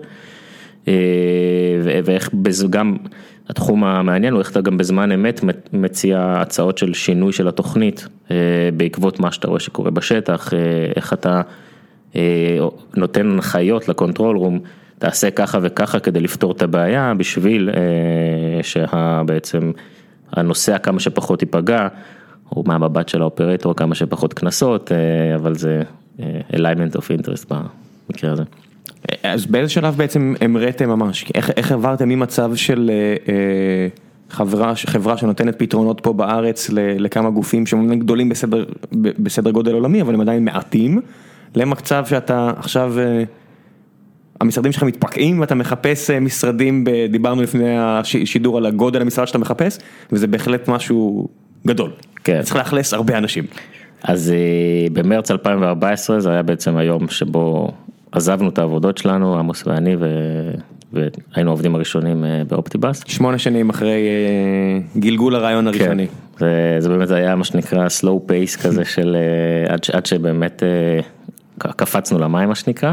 ואיך גם התחום המעניין הוא איך אתה גם בזמן אמת מציע הצעות של שינוי של התוכנית, בעקבות מה שאתה רואה שקורה בשטח, איך אתה נותן הנחיות לקונטרול רום, תעשה ככה וככה כדי לפתור את הבעיה, בשביל שבעצם הנוסע כמה שפחות ייפגע, או מהמבט של האופרטור כמה שפחות כנסות, אבל זה alignment of interest במקרה הזה. אז באיזה שלב בעצם המראתם ממש? איך עברתם ממצב של חברה שנותנת פתרונות פה בארץ לכמה גופים שהם גדולים בסדר גודל עולמי, אבל הם עדיין מעטים, למצב שאתה עכשיו, המשרדים שלך מתפקעים ואתה מחפש משרדים, דיברנו לפני השידור על הגודל המשרד שאתה מחפש, וזה בהחלט משהו גדול. כן. צריך לאכלס הרבה אנשים. אז במרץ 2014 זה היה בעצם היום שבו עזבנו את העבודות שלנו, עמוס ואני, והיינו העובדים הראשונים באופטיבאס. 8 שנים אחרי גלגול הרעיון הראשוני. כן, זה באמת היה מה שנקרא slow pace כזה של עד שבאמת קפצנו למים מה שנקרא,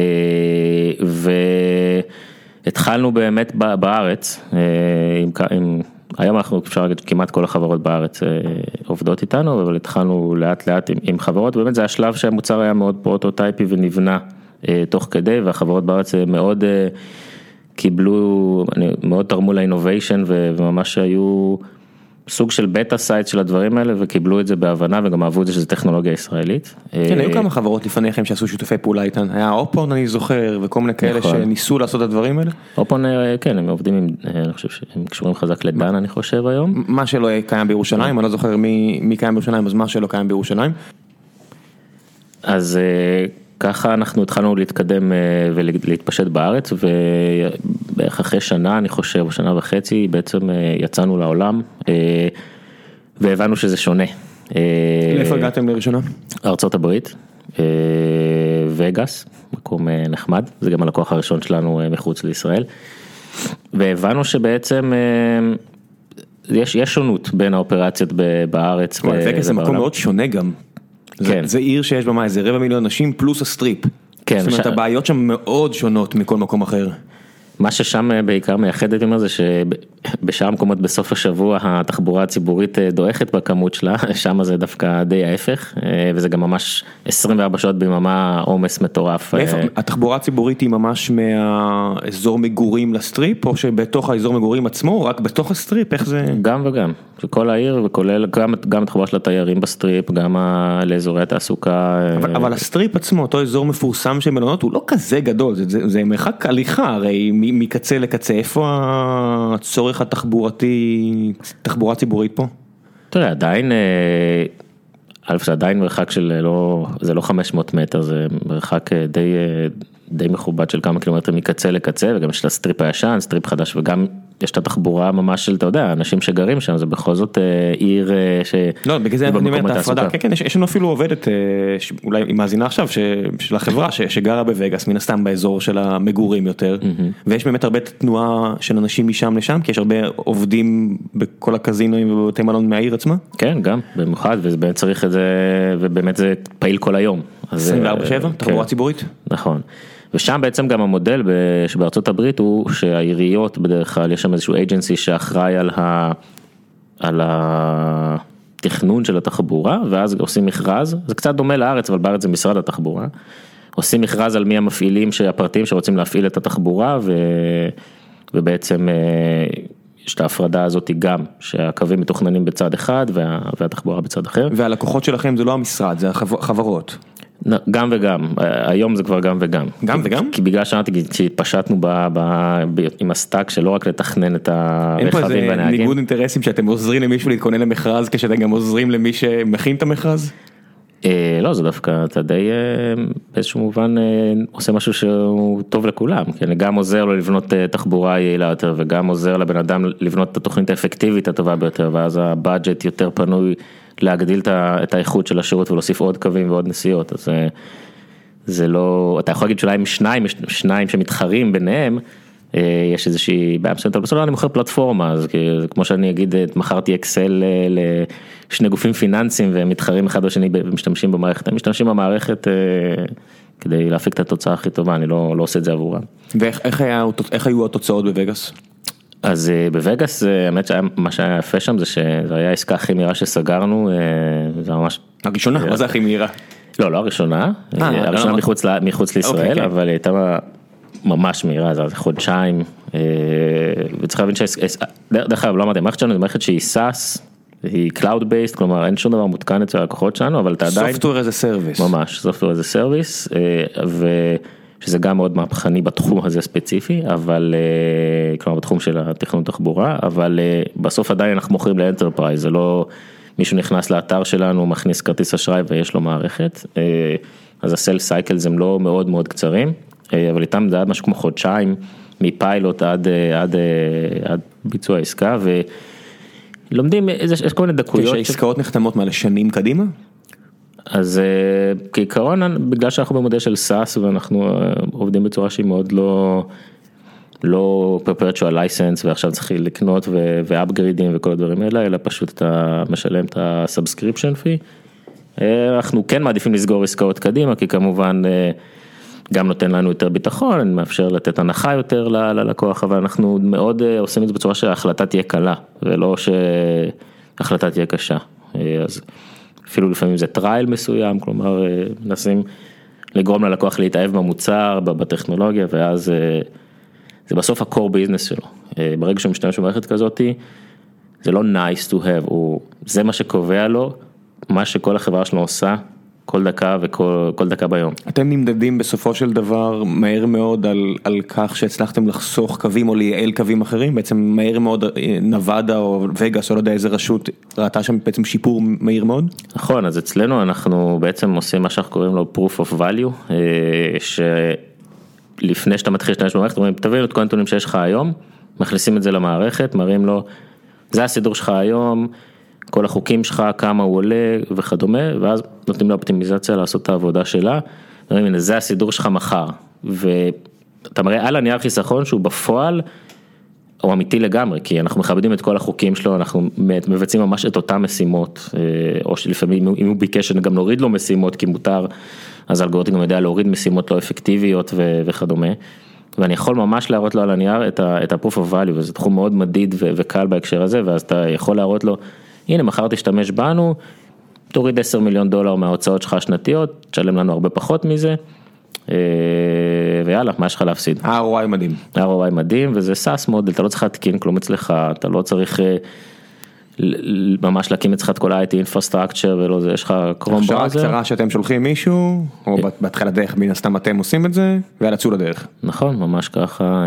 והתחלנו באמת בארץ, היום אנחנו אפשר להגיד כמעט כל החברות בארץ עובדות איתנו, אבל התחלנו לאט לאט עם חברות, באמת זה השלב שהמוצר היה מאוד פרוטוטייפי ונבנה תוך כדי, והחברות בארץ מאוד קיבלו, מאוד תרמו לאינוביישן, וממש היו סוג של בטה סייט של הדברים האלה, וקיבלו את זה בהבנה, וגם אהבו את זה שזה טכנולוגיה ישראלית. כן, היו כמה חברות לפניכם שעשו שיתופי פעולה איתן, היה אופון אני זוכר, וכל מיני כאלה שניסו לעשות את הדברים האלה. אופון, כן, הם עובדים עם, אני חושב שהם קשורים חזק לדן, אני חושב היום. מה שלא קיים בירושלים, אני לא זוכר מי קיים בירושלים, אז מה שלא קיים בירושלים. אז ככה אנחנו התחלנו להתקדם ולהתפשט בארץ, ובערך אחרי שנה, אני חושב, שנה וחצי, בעצם יצאנו לעולם, והבנו שזה שונה. לאיפה הגעתם לראשונה? ארצות הברית, וגאס, מקום נחמד, זה גם הלקוח הראשון שלנו מחוץ לישראל, והבנו שבעצם יש שונות בין האופרציות בארץ. וגאס זה מקום מאוד שונה גם. זה עיר שיש בה איזה 250,000 אנשים פלוס הסטריפ. זאת אומרת, הבעיות שם מאוד שונות מכל מקום אחר. מה ששם בעיקר מייחד את זה, שבשאר המקומות בסוף השבוע התחבורה הציבורית דועכת בכמות שלה, שם זה דווקא די ההפך, וזה גם ממש 24 שעות ביממה עומס מטורף. התחבורה הציבורית היא ממש מהאזור מגורים לסטריפ, או שבתוך האזור מגורים עצמו, רק בתוך הסטריפ, איך זה? גם וגם, שכל העיר וכולל גם התחבורה של התיירים בסטריפ, גם לאזורי התעסוקה. אבל הסטריפ עצמו, אותו אזור מפורסם של מלונות, הוא לא כזה גדול, זה מרחק הליכה, הרי מקצה לקצה, איפה הצורך התחבורתי, תחבורה ציבורית פה? אתה יודע, עדיין, זה עדיין מרחק של זה לא 500 מטר, זה מרחק די מכובד של כמה קילומטרים מקצה לקצה, וגם יש לה סטריפ הישן, סטריפ חדש, וגם יש את התחבורה ממש של, אתה יודע, אנשים שגרים שם, זה בכל זאת עיר לא, בגלל זה אני אומר את ההפרדה, כן, יש לנו אפילו עובדת, אולי היא מאזינה עכשיו, של החברה שגרה בווגאס, מן הסתם באזור של המגורים יותר, ויש באמת הרבה תנועה של אנשים משם לשם, כי יש הרבה עובדים בכל הקזינואים ובבתי מלון מהעיר עצמה. כן, גם, במיוחד, ובאמת צריך את זה, ובאמת זה פעיל כל היום. 24/7, תחבורה ציבורית? נכון. ושם בעצם גם המודל שבארצות הברית הוא שהעיריות בדרך כלל יש שם איזשהו אייג'נסי שאחראי על התכנון של התחבורה, ואז עושים מכרז, זה קצת דומה לארץ, אבל בארץ זה משרד התחבורה, עושים מכרז על מי המפעילים הפרטיים שרוצים להפעיל את התחבורה, ובעצם יש את ההפרדה הזאת גם, שהקווים מתוכננים בצד אחד והתחבורה בצד אחר. והלקוחות שלכם זה לא המשרד, זה החברות. גם וגם, היום זה כבר גם וגם. גם וגם? כי בגלל שאמרתי, כשהתפשטנו עם הסטאק שלא רק לתכנן את הרכבים והנהגים. אין פה איזה ניגוד אינטרסים שאתם עוזרים למישהו להתכונן למכרז, כשאתם גם עוזרים למי שמכין את המכרז? לא, זה דווקא, אתה די באיזשהו מובן עושה משהו שהוא טוב לכולם, כי אני גם עוזר לו לבנות תחבורה יעילה יותר, וגם עוזר לבן אדם לבנות את התוכנית האפקטיבית הטובה ביותר, ואז הבאג'ט יותר פנוי להגדיל את האיכות של השירות ולהוסיף עוד קווים ועוד נסיעות, אז זה לא, אתה יכול להגיד שאולי עם שניים שמתחרים ביניהם, יש איזושהי בעיה מסוימת, אבל בסדר אני מוכר פלטפורמה, אז כמו שאני אגיד, מכרתי אקסל לשני גופים פיננסיים, והם מתחרים אחד או שני ומשתמשים במערכת, הם משתמשים במערכת כדי להפיק את התוצאה הכי טובה, אני לא עושה את זה עבורם. ואיך היו התוצאות בווגאס? אז בווגאס, האמת שמה שהיה יפה שם, זה שזה היה עסקה הכי מהירה שסגרנו, זה ממש... הראשונה? מה זה הכי מהירה? לא הראשונה, הראשונה מחוץ לישראל, אבל היא הייתה ממש מהירה, זה חודשיים, וצריך להבין דרך אגב, לא אמרתי, המערכת שלנו היא מערכת שהיא SaaS, היא Cloud Based, כלומר אין שום דבר מותקן אצל הלקוחות שלנו, אבל אתה עדיין... Software as a Service. ממש, Software as a Service, שזה גם מאוד מהפכני בתחום הזה ספציפי, אבל, כלומר בתחום של התכנון תחבורה, אבל בסוף עדיין אנחנו מוכרים לאנטרפרייז, זה לא מישהו נכנס לאתר שלנו, מכניס כרטיס אשראי ויש לו מערכת, אז הסל סייקלס הם לא מאוד מאוד קצרים, אבל איתם זה היה משהו כמו חודשיים, מפיילוט עד ביצוע עסקה, ולומדים, יש כל מיני דקויות. כשהעסקאות נחתמות מעל שנים קדימה? אז כעיקרון, בגלל שאנחנו במודל של SaaS, ואנחנו עובדים בצורה שהיא מאוד לא perpetual license, ועכשיו צריך לקנות ואפגרידים וכל הדברים האלה, אלא פשוט אתה משלם את ה-subscription fee. אנחנו כן מעדיפים לסגור עסקאות קדימה, כי כמובן גם נותן לנו יותר ביטחון, מאפשר לתת הנחה יותר ללקוח, אבל אנחנו מאוד עושים את זה בצורה שההחלטה תהיה קלה, ולא שההחלטה תהיה קשה. אז אפילו לפעמים זה טרייל מסוים, כלומר מנסים לגרום ללקוח להתאהב במוצר, בטכנולוגיה, ואז זה בסוף ה-core business שלו. ברגע שהוא משתמש במערכת כזאת, זה לא nice to have, זה מה שקובע לו, מה שכל החברה שלו עושה, כל דקה וכל דקה ביום. אתם נמדדים בסופו של דבר מהר מאוד על כך שהצלחתם לחסוך קווים או לייעל קווים אחרים, בעצם מהר מאוד נבדה או וגאס או לא יודע איזה רשות ראתה שם בעצם שיפור מהיר מאוד? נכון, אז אצלנו אנחנו בעצם עושים מה שאנחנו קוראים לו proof of value, שלפני שאתה מתחיל להשתמש במערכת, אומרים תביאו את כל הנתונים שיש לך היום, מכניסים את זה למערכת, מראים לו, זה הסידור שלך היום, כל החוקים שלך, כמה הוא עולה וכדומה, ואז נותנים לו אופטימיזציה לעשות את העבודה שלה, אומרים, הנה, זה הסידור שלך מחר, ואתה מראה על הנייר חיסכון שהוא בפועל, הוא אמיתי לגמרי, כי אנחנו מכבדים את כל החוקים שלו, אנחנו מבצעים ממש את אותם משימות, או שלפעמים אם הוא ביקש שגם נוריד לו משימות, כי מותר, אז האלגוריתם יודע להוריד משימות לא אפקטיביות וכדומה, ואני יכול ממש להראות לו על הנייר את ה-proof of value, וזה תחום מאוד מדיד וקל בהקשר הזה, ואז אתה יכול להראות לו, הנה, מחר תשתמש בנו, תוריד $10 מיליון מההוצאות שלך השנתיות, תשלם לנו הרבה פחות מזה, ויאללה, מה יש לך להפסיד? ROI מדהים. ROI מדהים, וזה SaaS מודל, אתה לא צריך להתקין כלום אצלך, אתה לא צריך ממש להקים אצלך את כל ה-IT infrastructure, ולא זה, יש לך קרום בראוזר. הכשרה קצרה שאתם שולחים מישהו, או בהתחלת דרך, מן הסתם אתם עושים את זה, ויאללה, צאו לדרך. נכון, ממש ככה,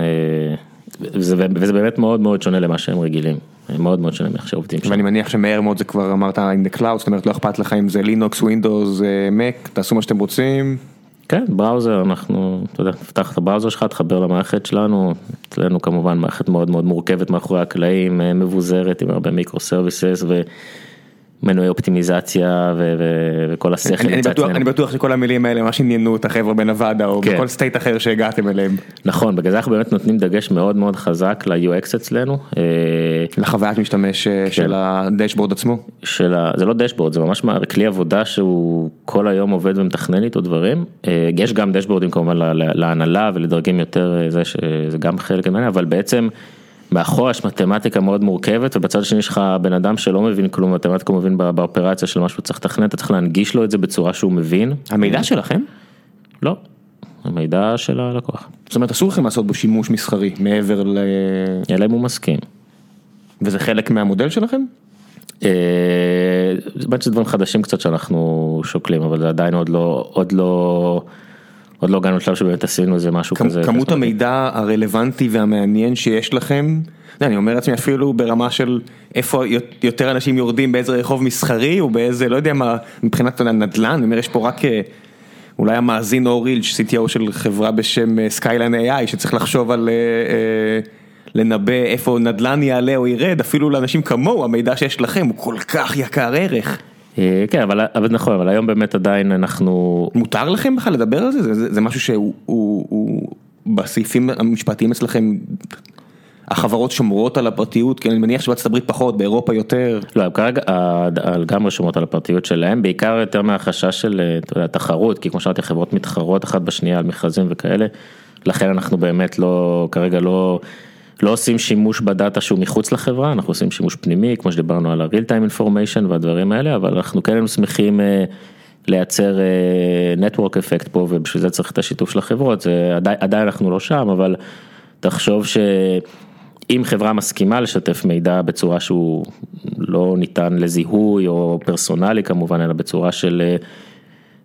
וזה באמת מאוד מאוד שונה למה שהם רגילים. מאוד מאוד שונה מאיך שעובדים שם. ואני מניח שמהר מאוד זה כבר אמרת in the cloud, זאת אומרת לא אכפת לך אם זה לינוקס, ווינדוס, מק, תעשו מה שאתם רוצים. כן, בראוזר, אנחנו, אתה יודע, תפתח את הבראוזר שלך, תחבר למערכת שלנו, אצלנו כמובן מערכת מאוד מאוד מורכבת מאחורי הקלעים, מבוזרת עם הרבה מיקרו סרוויסס ומנועי אופטימיזציה וכל השכל. אני בטוח שכל המילים האלה ממש עניינו את החבר'ה בנבדה או בכל סטייט אחר שהגעתם אליהם. נכון, בגלל זה אנחנו באמת נותנים דגש מאוד מאוד חזק ל-UX אצלנו. לחוויית משתמש של הדשבורד עצמו? זה לא דשבורד, זה ממש כלי עבודה שהוא כל היום עובד ומתכנן איתו דברים. יש גם דשבורדים כמובן להנהלה ולדרגים יותר, זה גם חלק ממנו, אבל בעצם מאחור יש מתמטיקה מאוד מורכבת, ובצד השני יש לך בן אדם שלא מבין כלום, מתמטיקה הוא מבין באופרציה של משהו צריך לתכנן, אתה צריך להנגיש לו את זה בצורה שהוא מבין. המידע שלכם? לא, המידע של הלקוח. זאת אומרת, אסור לכם לעשות בו שימוש מסחרי, מעבר אלא אם הוא מסכים. וזה חלק מהמודל שלכם? זה באמת שדברים חדשים קצת שאנחנו שוקלים, אבל זה עדיין עוד לא הגענו לשלב שבאמת עשינו איזה משהו כזה. כמות המידע הרלוונטי והמעניין שיש לכם, אני אומר לעצמי אפילו ברמה של איפה יותר אנשים יורדים באיזה רחוב מסחרי, או באיזה, לא יודע מה, מבחינת הנדל"ן, אני אומר, יש פה רק אולי המאזין אוריל, CTO של חברה בשם Skyline AI, שצריך לחשוב על לנבא איפה נדל"ן יעלה או ירד, אפילו לאנשים כמוהו, המידע שיש לכם הוא כל כך יקר ערך. כן, אבל נכון, אבל היום באמת עדיין אנחנו... מותר לכם בכלל לדבר על זה? זה משהו שהוא בסעיפים המשפטיים אצלכם, החברות שומרות על הפרטיות, כי אני מניח שבארצות הברית פחות, באירופה יותר. לא, כרגע גם שומרות על הפרטיות שלהם, בעיקר יותר מהחשש של תחרות, כי כמו שאמרתי, חברות מתחרות אחת בשנייה על מכרזים וכאלה, לכן אנחנו באמת כרגע לא עושים שימוש בדאטה שהוא מחוץ לחברה, אנחנו עושים שימוש פנימי, כמו שדיברנו על ה-real time information והדברים האלה, אבל אנחנו כן שמחים לייצר network effect פה, ובשביל זה צריך את השיתוף של החברות, עדיין אנחנו לא שם, אבל תחשוב שאם חברה מסכימה לשתף מידע בצורה שהוא לא ניתן לזיהוי, או פרסונלי כמובן, אלא בצורה של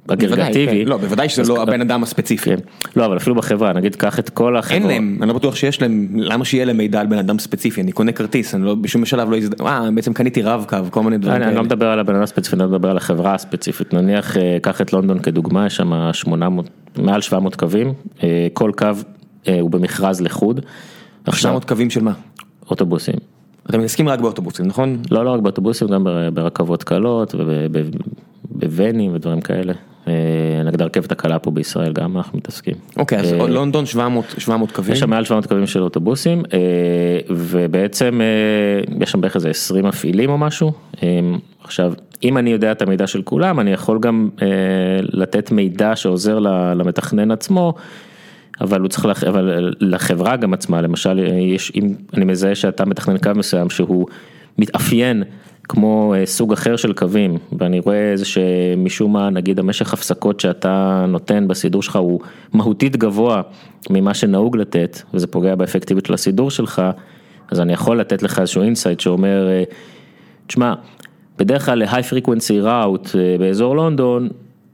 אגרגטיבי. לא, בוודאי שזה לא הבן אדם הספציפי. לא, אבל אפילו בחברה, נגיד, קח את כל החברה. אין להם, אני לא בטוח שיש להם, למה שיהיה להם מידע על בן אדם ספציפי, אני קונה כרטיס, אני לא, בשום שלב לא בעצם קניתי רב קו, כל מיני דברים. אני לא מדבר על הבן אדם הספציפי, אני מדבר על החברה הספציפית. נניח, קח את לונדון כדוגמה, יש שם 800, מעל 700 קווים, כל קו הוא במכרז לחוד. 700 קווים של מה? אוטובוסים. אתם מתעסקים רק באוטובוסים, נכון? לא רק באוטובוסים, גם ברכבות קלות ובוונים ודברים כאלה. נגד הרכבת הקלה פה בישראל, גם אנחנו מתעסקים. אוקיי, אז לונדון 700 קווים. יש שם מעל 700 קווים של אוטובוסים, ובעצם יש שם בערך איזה 20 מפעילים או משהו. עכשיו, אם אני יודע את המידע של כולם, אני יכול גם לתת מידע שעוזר למתכנן עצמו, אבל לחברה גם עצמה, למשל, אם אני מזהה שאתה מתכנן קו מסוים שהוא מתאפיין כמו סוג אחר של קווים, ואני רואה איזה שמשום מה, נגיד, המשך הפסקות שאתה נותן בסידור שלך הוא מהותית גבוה ממה שנהוג לתת, וזה פוגע באפקטיביות של הסידור שלך, אז אני יכול לתת לך איזשהו אינסייט שאומר, תשמע, בדרך כלל ל-high frequency route באזור לונדון,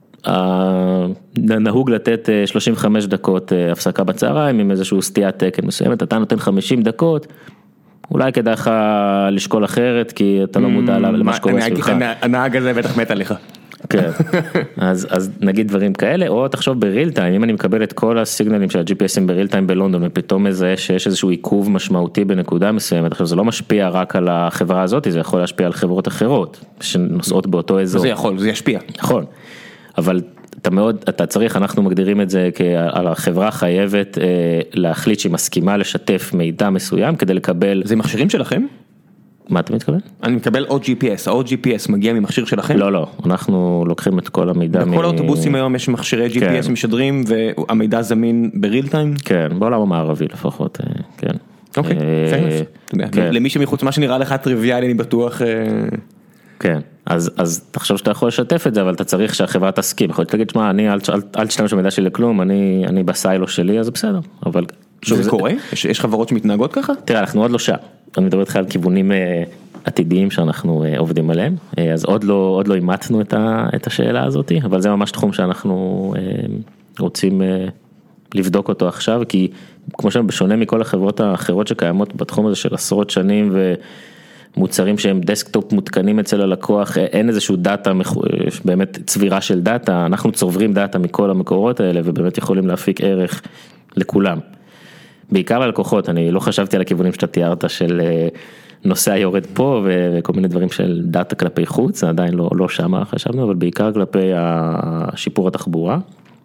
נהוג לתת 35 דקות הפסקה בצהריים עם איזשהו סטיית תקן מסוימת, אתה נותן 50 דקות, אולי כדאי לך לשקול אחרת, כי אתה לא מודע למה שקורה סביבך. הנהג הזה בטח מת עליך. כן, אז נגיד דברים כאלה, או תחשוב בריל טיים, אם אני מקבל את כל הסיגנלים של ה-GPSים בריל טיים בלונדון, ופתאום מזהה שיש איזשהו עיכוב משמעותי בנקודה מסוימת, עכשיו זה לא משפיע רק על החברה הזאת, זה יכול להשפיע על חברות אחרות, שנוסעות באותו אזור. זה יכול, זה ישפיע. נכון, אבל אתה צריך, אנחנו מגדירים את זה על החברה חייבת להחליט שהיא מסכימה לשתף מידע מסוים כדי לקבל. זה מכשירים שלכם? מה אתה מתכוון? אני מקבל עוד GPS, העוד GPS מגיע ממכשיר שלכם? לא, אנחנו לוקחים את כל המידע. בכל האוטובוסים היום יש מכשירי GPS משדרים והמידע זמין בריל טיים? כן, בעולם המערבי לפחות, כן. אוקיי, למי שמחוץ מה שנראה לך טריוויאלי אני בטוח. כן, אז תחשוב שאתה יכול לשתף את זה, אבל אתה צריך שהחברה תסכים, יכול להגיד, שמה, אל תשתמש במידע שלי לכלום, אני בסיילו שלי, אז זה בסדר, אבל... זה קורה? יש חברות שמתנהגות ככה? תראה, אנחנו עוד לא שם, אני מדבר איתך על כיוונים עתידיים שאנחנו עובדים עליהם, אז עוד לא אימצנו את השאלה הזאת, אבל זה ממש תחום שאנחנו רוצים לבדוק אותו עכשיו, כי כמו שבשונה מכל החברות האחרות שקיימות בתחום הזה של עשרות שנים מוצרים שהם דסקטופ מותקנים אצל הלקוח, אין איזשהו דאטה, באמת צבירה של דאטה, אנחנו צוברים דאטה מכל המקורות האלה, ובאמת יכולים להפיק ערך לכולם. בעיקר ללקוחות, אני לא חשבתי על הכיוונים שאתה תיארת של נוסע יורד פה, וכל מיני דברים של דאטה כלפי חוץ, עדיין לא שמה חשבנו, אבל בעיקר כלפי שיפור התחבורה.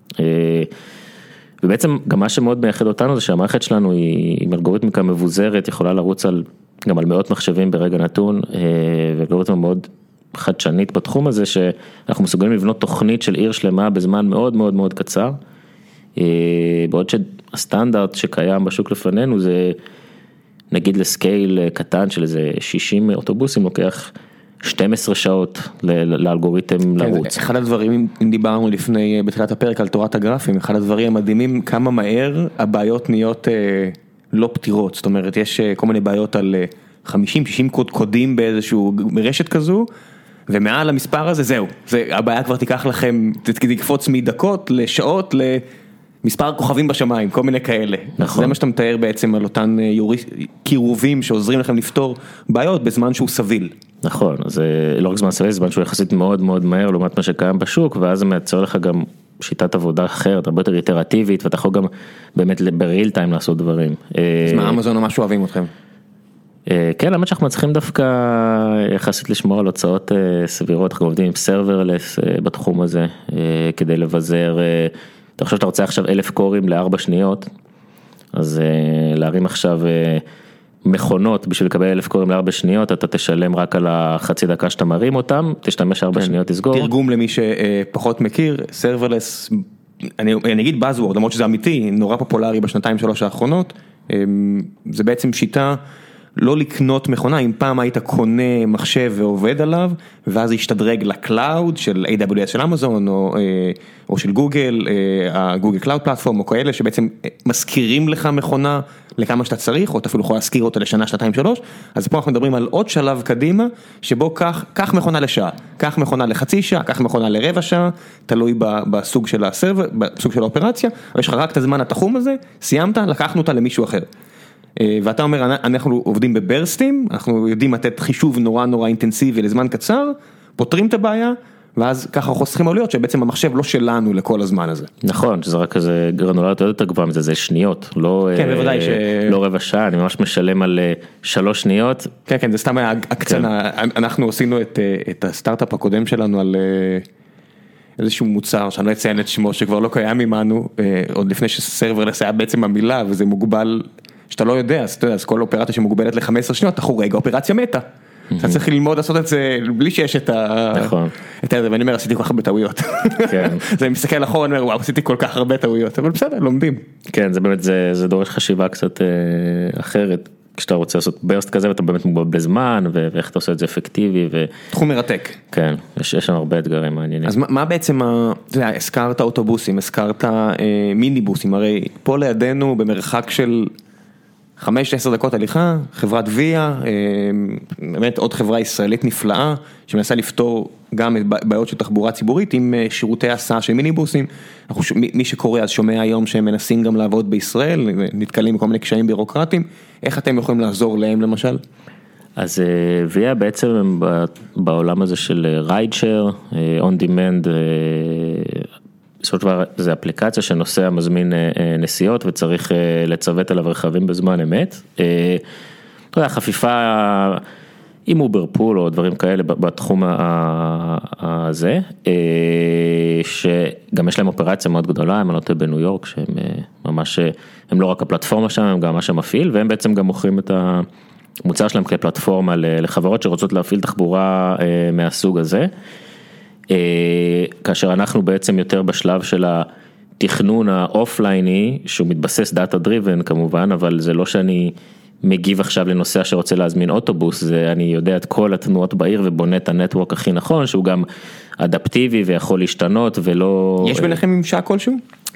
ובעצם גם מה שמאוד מייחד אותנו, זה שהמערכת שלנו היא עם אלגוריתמיקה מבוזרת, יכולה לרוץ גם על מאות מחשבים ברגע נתון, ואלגוריתמה מאוד חדשנית בתחום הזה, שאנחנו מסוגלים לבנות תוכנית של עיר שלמה בזמן מאוד מאוד מאוד קצר, בעוד שהסטנדרט שקיים בשוק לפנינו, זה נגיד לסקייל קטן של איזה 60 אוטובוסים, לוקח 12 שעות לאלגוריתם לרוץ. אחד הדברים, אם דיברנו לפני, בתחילת הפרק על תורת הגרפים, אחד הדברים המדהימים, כמה מהר הבעיות נהיות לא פתירות, זאת אומרת, יש כל מיני בעיות על 50-60 קודים באיזשהו רשת כזו, ומעל המספר הזה, זהו, הבעיה כבר תיקח לכם, תקפוץ מדקות לשעות, למספר כוכבים בשמיים, כל מיני כאלה. נכון. זה מה שאתה מתאר בעצם על אותן קירובים שעוזרים לכם לפתור בעיות בזמן שהוא סביל. נכון, אז לא רק זמן סביל, זמן שהוא יחסית מאוד מאוד מהר, לעומת מה שקיים בשוק, ואז זה מייצר לך גם שיטת עבודה אחרת, הרבה יותר איטרטיבית, ואתה יכול גם באמת בריל טיים לעשות דברים. אז מה, אמזון ממש אוהבים אתכם? כן, למרות שאנחנו מצליחים דווקא יחסית לשמור על הוצאות סבירות, אנחנו עובדים עם סרברלס בתחום הזה, כדי לבזר, אתה חושב שאתה רוצה עכשיו 1000 קורים ל4 שניות, אז להרים עכשיו מכונות בשביל לקבל 1000 קורים ל4 שניות, אתה תשלם רק על החצי דקה שאתה מרים אותם, תשתמש 4 שניות, תסגור. תרגום למי שפחות מכיר, סרברלס, אני אגיד Buzzword, למרות שזה אמיתי, נורא פופולרי בשנתיים 3 האחרונות, זה בעצם שיטה לא לקנות מכונה, אם פעם היית קונה מחשב ועובד עליו, ואז ישתדרג לקלאוד של AWS של אמזון, או של גוגל, הגוגל קלאוד פלטפורם, או כאלה שבעצם מזכירים לך מכונה לכמה שאתה צריך, או אתה אפילו יכול להזכיר אותה לשנה, שנתיים, 3, אז פה אנחנו מדברים על עוד שלב קדימה, שבו קח מכונה לשעה, קח מכונה לחצי שעה, קח מכונה לרבע שעה, תלוי בסוג של הסרבר, בסוג של האופרציה, אבל יש לך רק את הזמן התחום הזה, סיימת, לקחנו אותה למישהו אחר. ואתה אומר, אנחנו עובדים בברסטים, אנחנו יודעים לתת חישוב נורא נורא אינטנסיבי לזמן קצר, פותרים את הבעיה, ואז ככה חוסכים עלויות, שבעצם המחשב לא שלנו לכל הזמן הזה. נכון, שזה רק כזה גרנולריות יותר גבוה מזה, זה שניות, לא, כן, בוודאי לא רבע שעה, אני ממש משלם על 3 שניות. כן, כן, זה סתם היה הקצנה, אנחנו עשינו את הסטארט-אפ הקודם שלנו על איזשהו מוצר, שאני לא אציין את שמו, שכבר לא קיים עמנו, עוד לפני שסרברלס היה בעצם המילה, וזה מוגבל, שאתה לא יודע, אז אתה יודע, אז כל אופרציה שמוגבלת ל-15 שניות, אתה חורג, האופרציה מתה. אתה צריך ללמוד לעשות את זה בלי שיש את זה, ואני אומר, עשיתי כל כך הרבה טעויות. זה מסתכל אחורה, אני אומר, וואו, עשיתי כל כך הרבה טעויות, אבל בסדר, לומדים. כן, זה באמת, זה דורש חשיבה קצת אחרת, כשאתה רוצה לעשות ברסט כזה, ואתה באמת מוגבל בזמן, ואיך אתה עושה את זה אפקטיבי. תחום מרתק. כן, יש שם הרבה אתגרים מעניינים. אז מה בעצם, אתה יודע, הזכרת אוטובוסים, הזכרת מיניבוסים, הרי פה לידינו במרחק של 5-10 דקות הליכה, חברת ויה, באמת עוד חברה ישראלית נפלאה, שמנסה לפתור גם את בעיות של תחבורה ציבורית עם שירותי הסעה של מיניבוסים. מי שקורא אז שומע היום שהם מנסים גם לעבוד בישראל, נתקלים בכל מיני קשיים בירוקרטיים, איך אתם יכולים לעזור להם למשל? אז ויה בעצם הם בעולם הזה של ride share, on demand, בסופו של דבר זה אפליקציה שנוסע מזמין נסיעות וצריך לצוות עליו רכבים בזמן אמת. אתה יודע, חפיפה עם אובר פול או דברים כאלה בתחום הזה, שגם יש להם אופרציה מאוד גדולה, הם נוטה בניו יורק, שהם ממש, הם לא רק הפלטפורמה שם, הם גם מה שמפעיל, והם בעצם גם מוכרים את המוצר שלהם כפלטפורמה לחברות שרוצות להפעיל תחבורה מהסוג הזה. כאשר אנחנו בעצם יותר בשלב של התכנון האופלייני, שהוא מתבסס דאטה דריבן כמובן, אבל זה לא שאני מגיב עכשיו לנוסע שרוצה להזמין אוטובוס, זה אני יודע את כל התנועות בעיר ובונה את הנטוורק הכי נכון, שהוא גם אדפטיבי ויכול להשתנות ולא... יש ביניכם ממשק כלשהו?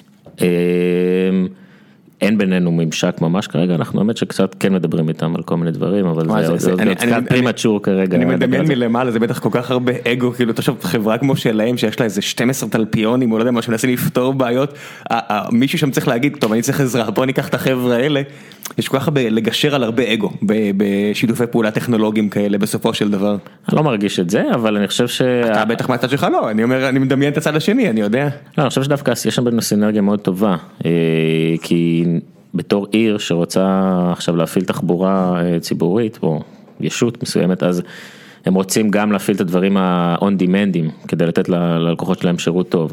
אין בינינו ממשק ממש כרגע, אנחנו באמת שקצת כן מדברים איתם על כל מיני דברים, אבל זה עוד קצת פרימצ'ור כרגע. אני מדמיין מלמעלה, זה בטח כל כך הרבה אגו, כאילו אתה חושב חברה כמו שלהם, שיש לה איזה 12 תלפיונים, או לא יודע מה, שמנסים לפתור בעיות, מישהו שם צריך להגיד, טוב, אני צריך עזרה, בוא ניקח את החבר'ה האלה, יש כל כך הרבה לגשר על הרבה אגו, בשיתופי פעולה טכנולוגיים כאלה, בסופו של דבר. אני לא מרגיש את זה, אבל אני חושב אתה בטח מהצד שלך לא, אני אומר, אני מדמיין את הצד השני, אני יודע. לא, אני חושב שדווקא יש שם בינינו סינרגיה מאוד טובה, כי בתור עיר שרוצה עכשיו להפעיל תחבורה ציבורית, או ישות מסוימת, אז הם רוצים גם להפעיל את הדברים ה-on-demandים, כדי לתת ללקוחות שלהם שירות טוב.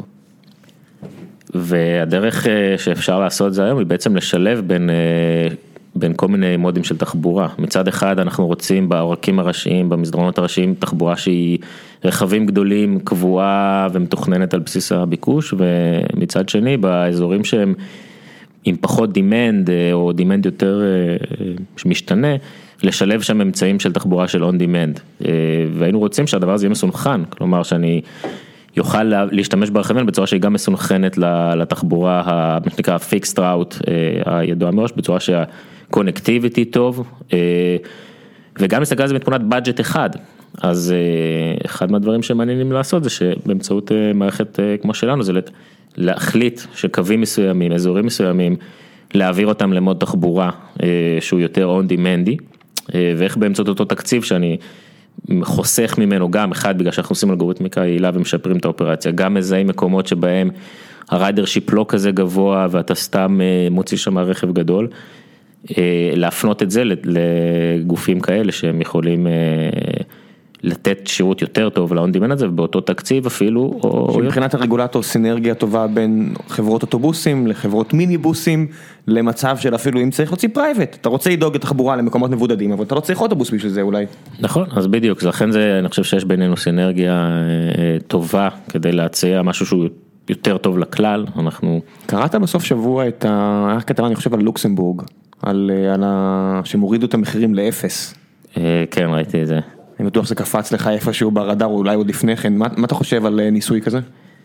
והדרך שאפשר לעשות זה היום, היא בעצם לשלב בין כל מיני מודים של תחבורה. מצד אחד אנחנו רוצים בעורקים הראשיים, במסדרונות הראשיים, תחבורה שהיא רכבים גדולים, קבועה ומתוכננת על בסיס הביקוש, ומצד שני באזורים שהם עם פחות דימנד, או דימנד יותר משתנה, לשלב שם אמצעים של תחבורה של on demand. והיינו רוצים שהדבר הזה יהיה מסונכן, כלומר שאני יוכל להשתמש ברכבים בצורה שהיא גם מסונכנת לתחבורה, מה שנקרא fixed route, הידועה מראש, בצורה שהקונקטיביטי טוב, וגם להסתכל על זה מתמונת בדג'ט אחד. אז אחד מהדברים שמעניינים לעשות זה שבאמצעות מערכת כמו שלנו, זה להחליט שקווים מסוימים, אזורים מסוימים, להעביר אותם למוד תחבורה שהוא יותר on demandי, ואיך באמצעות אותו תקציב שאני חוסך ממנו גם, אחד בגלל שאנחנו עושים אלגוריתמיקה יעילה ומשפרים את האופרציה, גם מזהים מקומות שבהם הריידרשיפ לא כזה גבוה ואתה סתם מוציא שם רכב גדול, להפנות את זה לגופים כאלה שהם יכולים לתת שירות יותר טוב ל-on demand הזה, ובאותו תקציב אפילו. שמבחינת הרגולטור סינרגיה טובה בין חברות אוטובוסים לחברות מיניבוסים, למצב של אפילו אם צריך להוציא פרייבט, אתה רוצה לדאוג לתחבורה למקומות מבודדים, אבל אתה לא צריך אוטובוס בשביל זה אולי. נכון, אז בדיוק, לכן זה, אני חושב שיש בינינו סינרגיה טובה, כדי להציע משהו שהוא יותר טוב לכלל, אנחנו... קראת בסוף שבוע את הכתבה, אני חושב על לוקסמבורג, שהם הורידו את המחירים לאפס. כן, ראיתי את זה. אני בטוח שזה קפץ לך איפשהו ברדאר, אולי עוד לפני כן. מה אתה חושב על ניסוי כזה?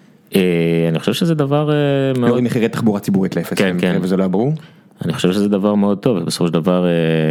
אני חושב שזה דבר מאוד... להוריד מחירי תחבורה ציבורית לאפס, כן, כן. וזה לא היה ברור? אני חושב שזה דבר מאוד טוב, ובסופו של דבר,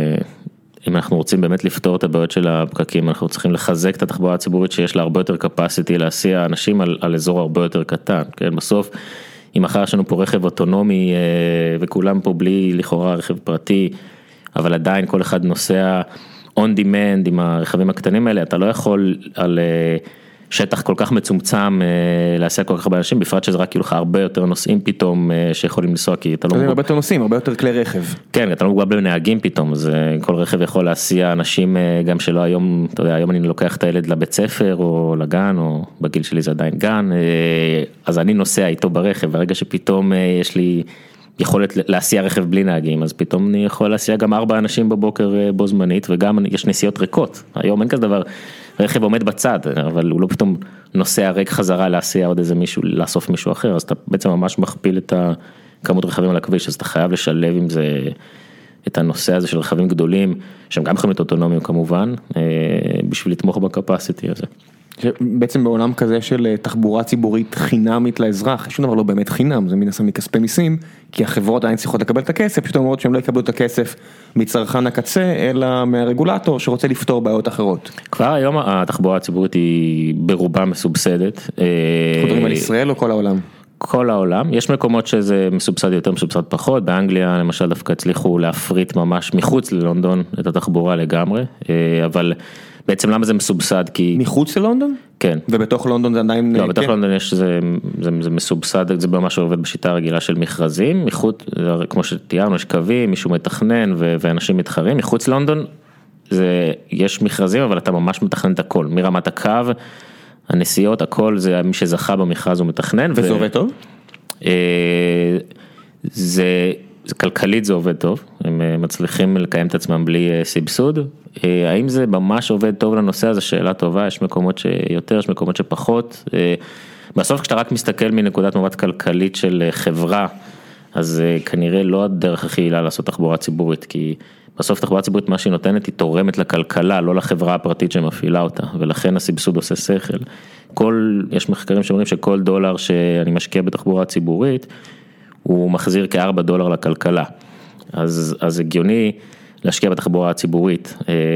אם אנחנו רוצים באמת לפתור את הבעיות של הפקקים, אנחנו צריכים לחזק את התחבורה הציבורית שיש לה הרבה יותר capacity להסיע אנשים על אזור הרבה יותר קטן, כן? בסוף, אם אחר יש לנו פה רכב אוטונומי, וכולם פה בלי לכאורה רכב פרטי, אבל עדיין כל אחד נוסע on demand עם הרכבים הקטנים האלה, אתה לא יכול על שטח כל כך מצומצם להסיע כל כך הרבה אנשים, בפרט שזה רק כאילו לך הרבה יותר נוסעים פתאום שיכולים לנסוע, כי אתה לא... הרבה יותר נוסעים, הרבה יותר כלי רכב. כן, אתה לא מוגבל בנהגים פתאום, אז כל רכב יכול להסיע אנשים גם שלא היום, אתה יודע, היום אני לוקח את הילד לבית ספר או לגן, או בגיל שלי זה עדיין גן, אז אני נוסע איתו ברכב, ברגע שפתאום יש לי יכולת להסיע רכב בלי נהגים, אז פתאום אני יכול להסיע גם 4 אנשים בבוקר בו זמנית, וגם יש נסיעות ריקות, היום אין כזה דבר, רכב עומד בצד, אבל הוא לא פתאום נוסע ריק חזרה להסיע עוד איזה מישהו, לאסוף מישהו אחר, אז אתה בעצם ממש מכפיל את כמות רכבים על הכביש, אז אתה חייב לשלב עם זה את הנושא הזה של רכבים גדולים, שהם גם יכולים להיות אוטונומיים כמובן, בשביל לתמוך בקפסיטי הזה. בעצם בעולם כזה של תחבורה ציבורית חינמית לאזרח, שום דבר לא באמת חינם, זה מן הסתם מכספי מיסים, כי החברות עדיין צריכות לקבל את הכסף, פשוט אומרות שהם לא יקבלו את הכסף מצרכן הקצה, אלא מהרגולטור שרוצה לפתור בעיות אחרות. כבר היום התחבורה הציבורית היא ברובה מסובסדת. אנחנו מדברים על ישראל או כל העולם? כל העולם, יש מקומות שזה מסובסד יותר, מסובסד פחות, באנגליה למשל דווקא הצליחו להפריט ממש מחוץ ללונדון את התחבורה לגמרי, אבל בעצם למה זה מסובסד? כי... מחוץ ללונדון? כן. ובתוך לונדון זה עדיין... לא, בתוך לונדון יש, זה מסובסד, זה ממש עובד בשיטה רגילה של מכרזים, מחוץ, כמו שתיארנו, יש קווים, מישהו מתכנן ואנשים מתחרים, מחוץ לונדון יש מכרזים, אבל אתה ממש מתכנן את הכל, מרמת הקו, הנסיעות, הכל, זה מי שזכה במכרז הוא מתכנן. וזה עובד טוב? זה כלכלית זה עובד טוב, הם מצליחים לקיים את עצמם בלי סבסוד, האם זה ממש עובד טוב לנושא הזה, שאלה טובה, יש מקומות שיותר, יש מקומות שפחות, בסוף כשאתה רק מסתכל מנקודת מבט כלכלית של חברה, אז כנראה לא הדרך הכי יעילה לעשות תחבורה ציבורית, כי בסוף תחבורה ציבורית מה שהיא נותנת היא תורמת לכלכלה, לא לחברה הפרטית שמפעילה אותה, ולכן הסבסוד עושה שכל. יש מחקרים שאומרים שכל דולר שאני משקיע בתחבורה ציבורית, הוא מחזיר $4 לכלכלה. אז הגיוני להשקיע בתחבורה הציבורית.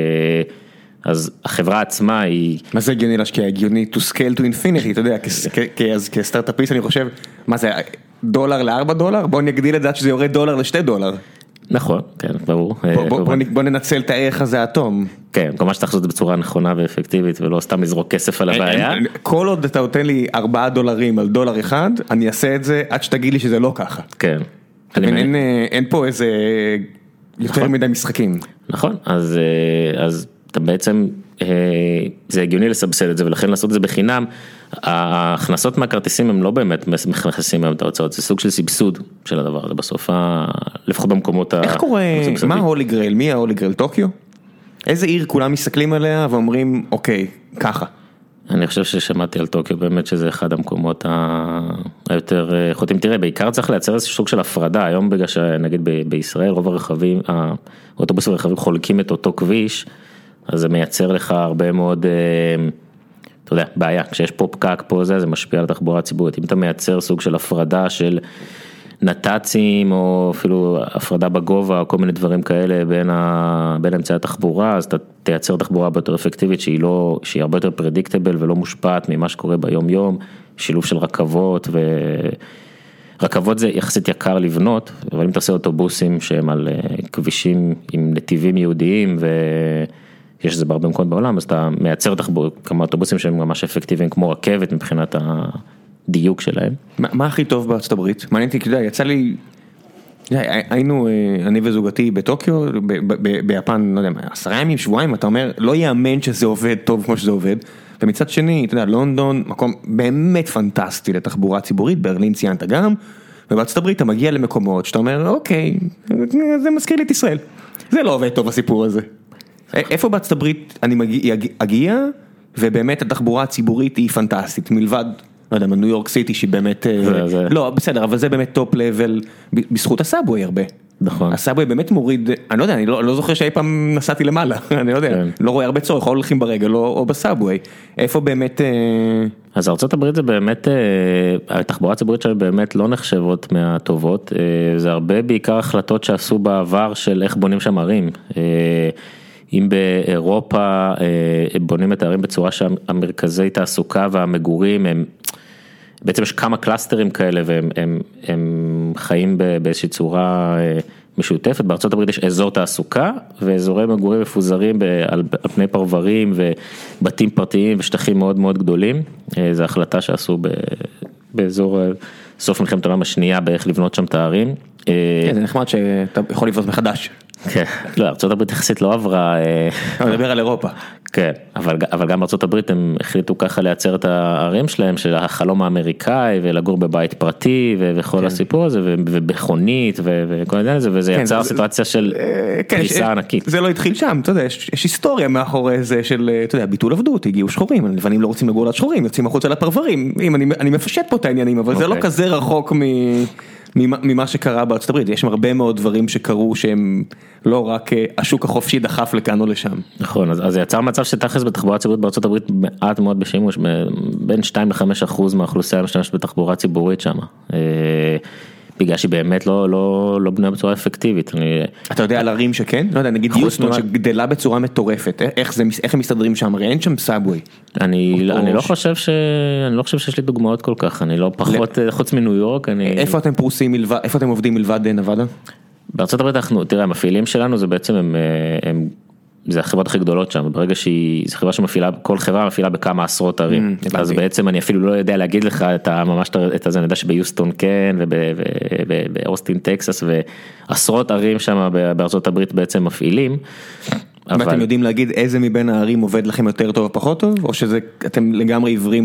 אז החברה עצמה היא... מה זה הגיוני להשקיע? הגיוני to scale to infinity, אתה יודע, כסטארט-אפיסט אני חושב, מה זה, $1 $4? בוא נגדיל את זה עד שזה יורד $1 ל$2. נכון, כן, ברור. בוא ננצל את הערך הזה האטום. כן, כלומר שתחזור את זה בצורה נכונה ואפקטיבית, ולא סתם לזרוק כסף על הבעיה. כל עוד אתה נותן לי $4 על $1, אני אעשה את זה עד שתגיד לי שזה לא ככה. כן. אין פה איזה יותר מדי משחקים. נכון, אז אתה בעצם, זה הגיוני לסבסד את זה, ולכן לעשות את זה בחינם, ההכנסות מהכרטיסים הם לא באמת מכניסים מהם את ההוצאות, זה סוג של סבסוד של הדבר הזה, בסוף, לפחות במקומות איך קורה, מה הולי גרייל, מי ההולי גרייל, טוקיו? איזה עיר כולם מסתכלים עליה ואומרים, אוקיי, ככה. אני חושב ששמעתי על טוקיו, באמת שזה אחד המקומות היותר חוטים. תראה, בעיקר צריך לייצר איזה סוג של הפרדה, היום בגלל שנגיד בישראל, רוב הרכבים, האוטובוסים והרכבים חולקים את אותו כביש, אז זה מייצר לך הרבה מאוד, אתה יודע, בעיה. כשיש פה פקק פה זה משפיע על התחבורה הציבורית. אם אתה מייצר סוג של הפרדה של נת"צים, או אפילו הפרדה בגובה, או כל מיני דברים כאלה בין אמצעי התחבורה, אז אתה תייצר תחבורה יותר אפקטיבית, שהיא הרבה יותר predictable ולא מושפעת ממה שקורה ביום יום, שילוב של רכבות, רכבות זה יחסית יקר לבנות, אבל אם אתה עושה אוטובוסים שהם על כבישים עם נתיבים יהודיים, ויש זה בהרבה מקומות בעולם, אז אתה מייצר תחבורה, כמה אוטובוסים שהם ממש אפקטיביים, כמו רכבת מבחינת דיוק שלהם. מה הכי טוב בארצות הברית? מעניין אותי, יצא לי, היינו, אני וזוגתי בטוקיו, ביפן, לא יודע, 10 ימים, שבועיים, אתה אומר, לא יאמן שזה עובד טוב כמו שזה עובד, ומצד שני, אתה יודע, לונדון, מקום באמת פנטסטי לתחבורה ציבורית, ברלין ציינת גם, ובארצות הברית אתה מגיע למקומות, שאתה אומר, אוקיי, זה מזכיר לי את ישראל. זה לא עובד טוב הסיפור הזה. איפה בארצות הברית אני אגיע, ובאמת התחבורה הציבורית היא פנטסטית, מלבד לא יודע, ניו יורק סיטי שהיא באמת, לא, בסדר, אבל זה באמת טופ לבל, בזכות הסאבווי הרבה. נכון. הסאבווי באמת מוריד, אני לא יודע, אני לא זוכר שאי פעם נסעתי למעלה, אני לא יודע, לא רואה הרבה צורך, או הולכים ברגל או בסאבווי, איפה באמת... אז ארצות הברית זה באמת, התחבורה הציבורית שלנו באמת לא נחשבות מהטובות, זה הרבה בעיקר החלטות שעשו בעבר של איך בונים שם ערים, אם באירופה בונים את הערים בצורה שהמרכזי תעסוקה והמגורים הם, בעצם יש כמה קלאסטרים כאלה והם חיים באיזושהי צורה משותפת, בארצות הברית יש אזור תעסוקה ואזורי מגורים מפוזרים על פני פרברים ובתים פרטיים ושטחים מאוד מאוד גדולים, זו החלטה שעשו באזור סוף מלחמת העולם השנייה באיך לבנות שם את הערים. זה נחמד שאתה יכול לבנות מחדש. כן, לא, ארצות הברית יחסית לא עברה... אני מדבר על אירופה. כן, אבל גם בארצות הברית הם החליטו ככה לייצר את הערים שלהם, של החלום האמריקאי, ולגור בבית פרטי, וכל הסיפור הזה, ובכונית, וכל העניין הזה, וזה יצר סיטואציה של פריסה ענקית. זה לא התחיל שם, אתה יודע, יש היסטוריה מאחורי זה של, אתה יודע, ביטול עבדות, הגיעו שחורים, לבנים לא רוצים לגור לשחורים, יוצאים החוצה לפרברים, אני מפשט פה את העניינים, אבל זה לא כזה רחוק ממה שקרה בארצות הברית, יש הרבה מאוד דברים שקרו שהם לא רק השוק החופשי דחף לכאן או לשם. נכון, אז זה יצר מצב שתכלס בתחבורה ציבורית בארצות הברית מעט מאוד בשימוש, בין 2-5% מהאוכלוסייה משתמשת בתחבורה ציבורית שם. בגלל שהיא באמת לא בנויה בצורה אפקטיבית. אתה יודע על ערים שכן? לא יודע, נגיד יוסטון שגדלה בצורה מטורפת, איך הם מסתדרים שם? הרי אין שם סאבווי. אני לא חושב שיש לי דוגמאות כל כך, אני לא פחות, חוץ מניו יורק, איפה אתם פרוסים, איפה אתם עובדים מלבד נבדה? בארצות הברית תראה, המפעילים שלנו זה בעצם זה החברות הכי גדולות שם, ברגע זו חברה שמפעילה, כל חברה מפעילה בכמה עשרות ערים, אז בעצם אני אפילו לא יודע להגיד לך ממש את זה, אני יודע שביוסטון כן, ובאוסטין טקסס, ועשרות ערים שם בארצות הברית בעצם מפעילים. ואתם יודעים להגיד איזה מבין הערים עובד לכם יותר טוב או פחות טוב, או שאתם לגמרי עיוורים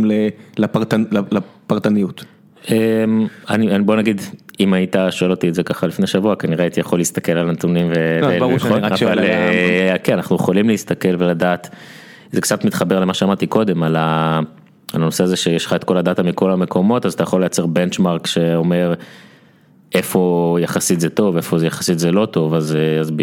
לפרטניות? בוא נגיד, אם היית שואל אותי את זה ככה לפני שבוע, כנראה הייתי יכול להסתכל על הנתונים, אבל כן, אנחנו יכולים להסתכל ולדעת, זה קצת מתחבר למה שאמרתי קודם, על הנושא הזה שיש לך את כל הדאטה מכל המקומות, אז אתה יכול לייצר בנצ'מרק שאומר איפה יחסית זה טוב, איפה זה יחסית זה לא טוב, אז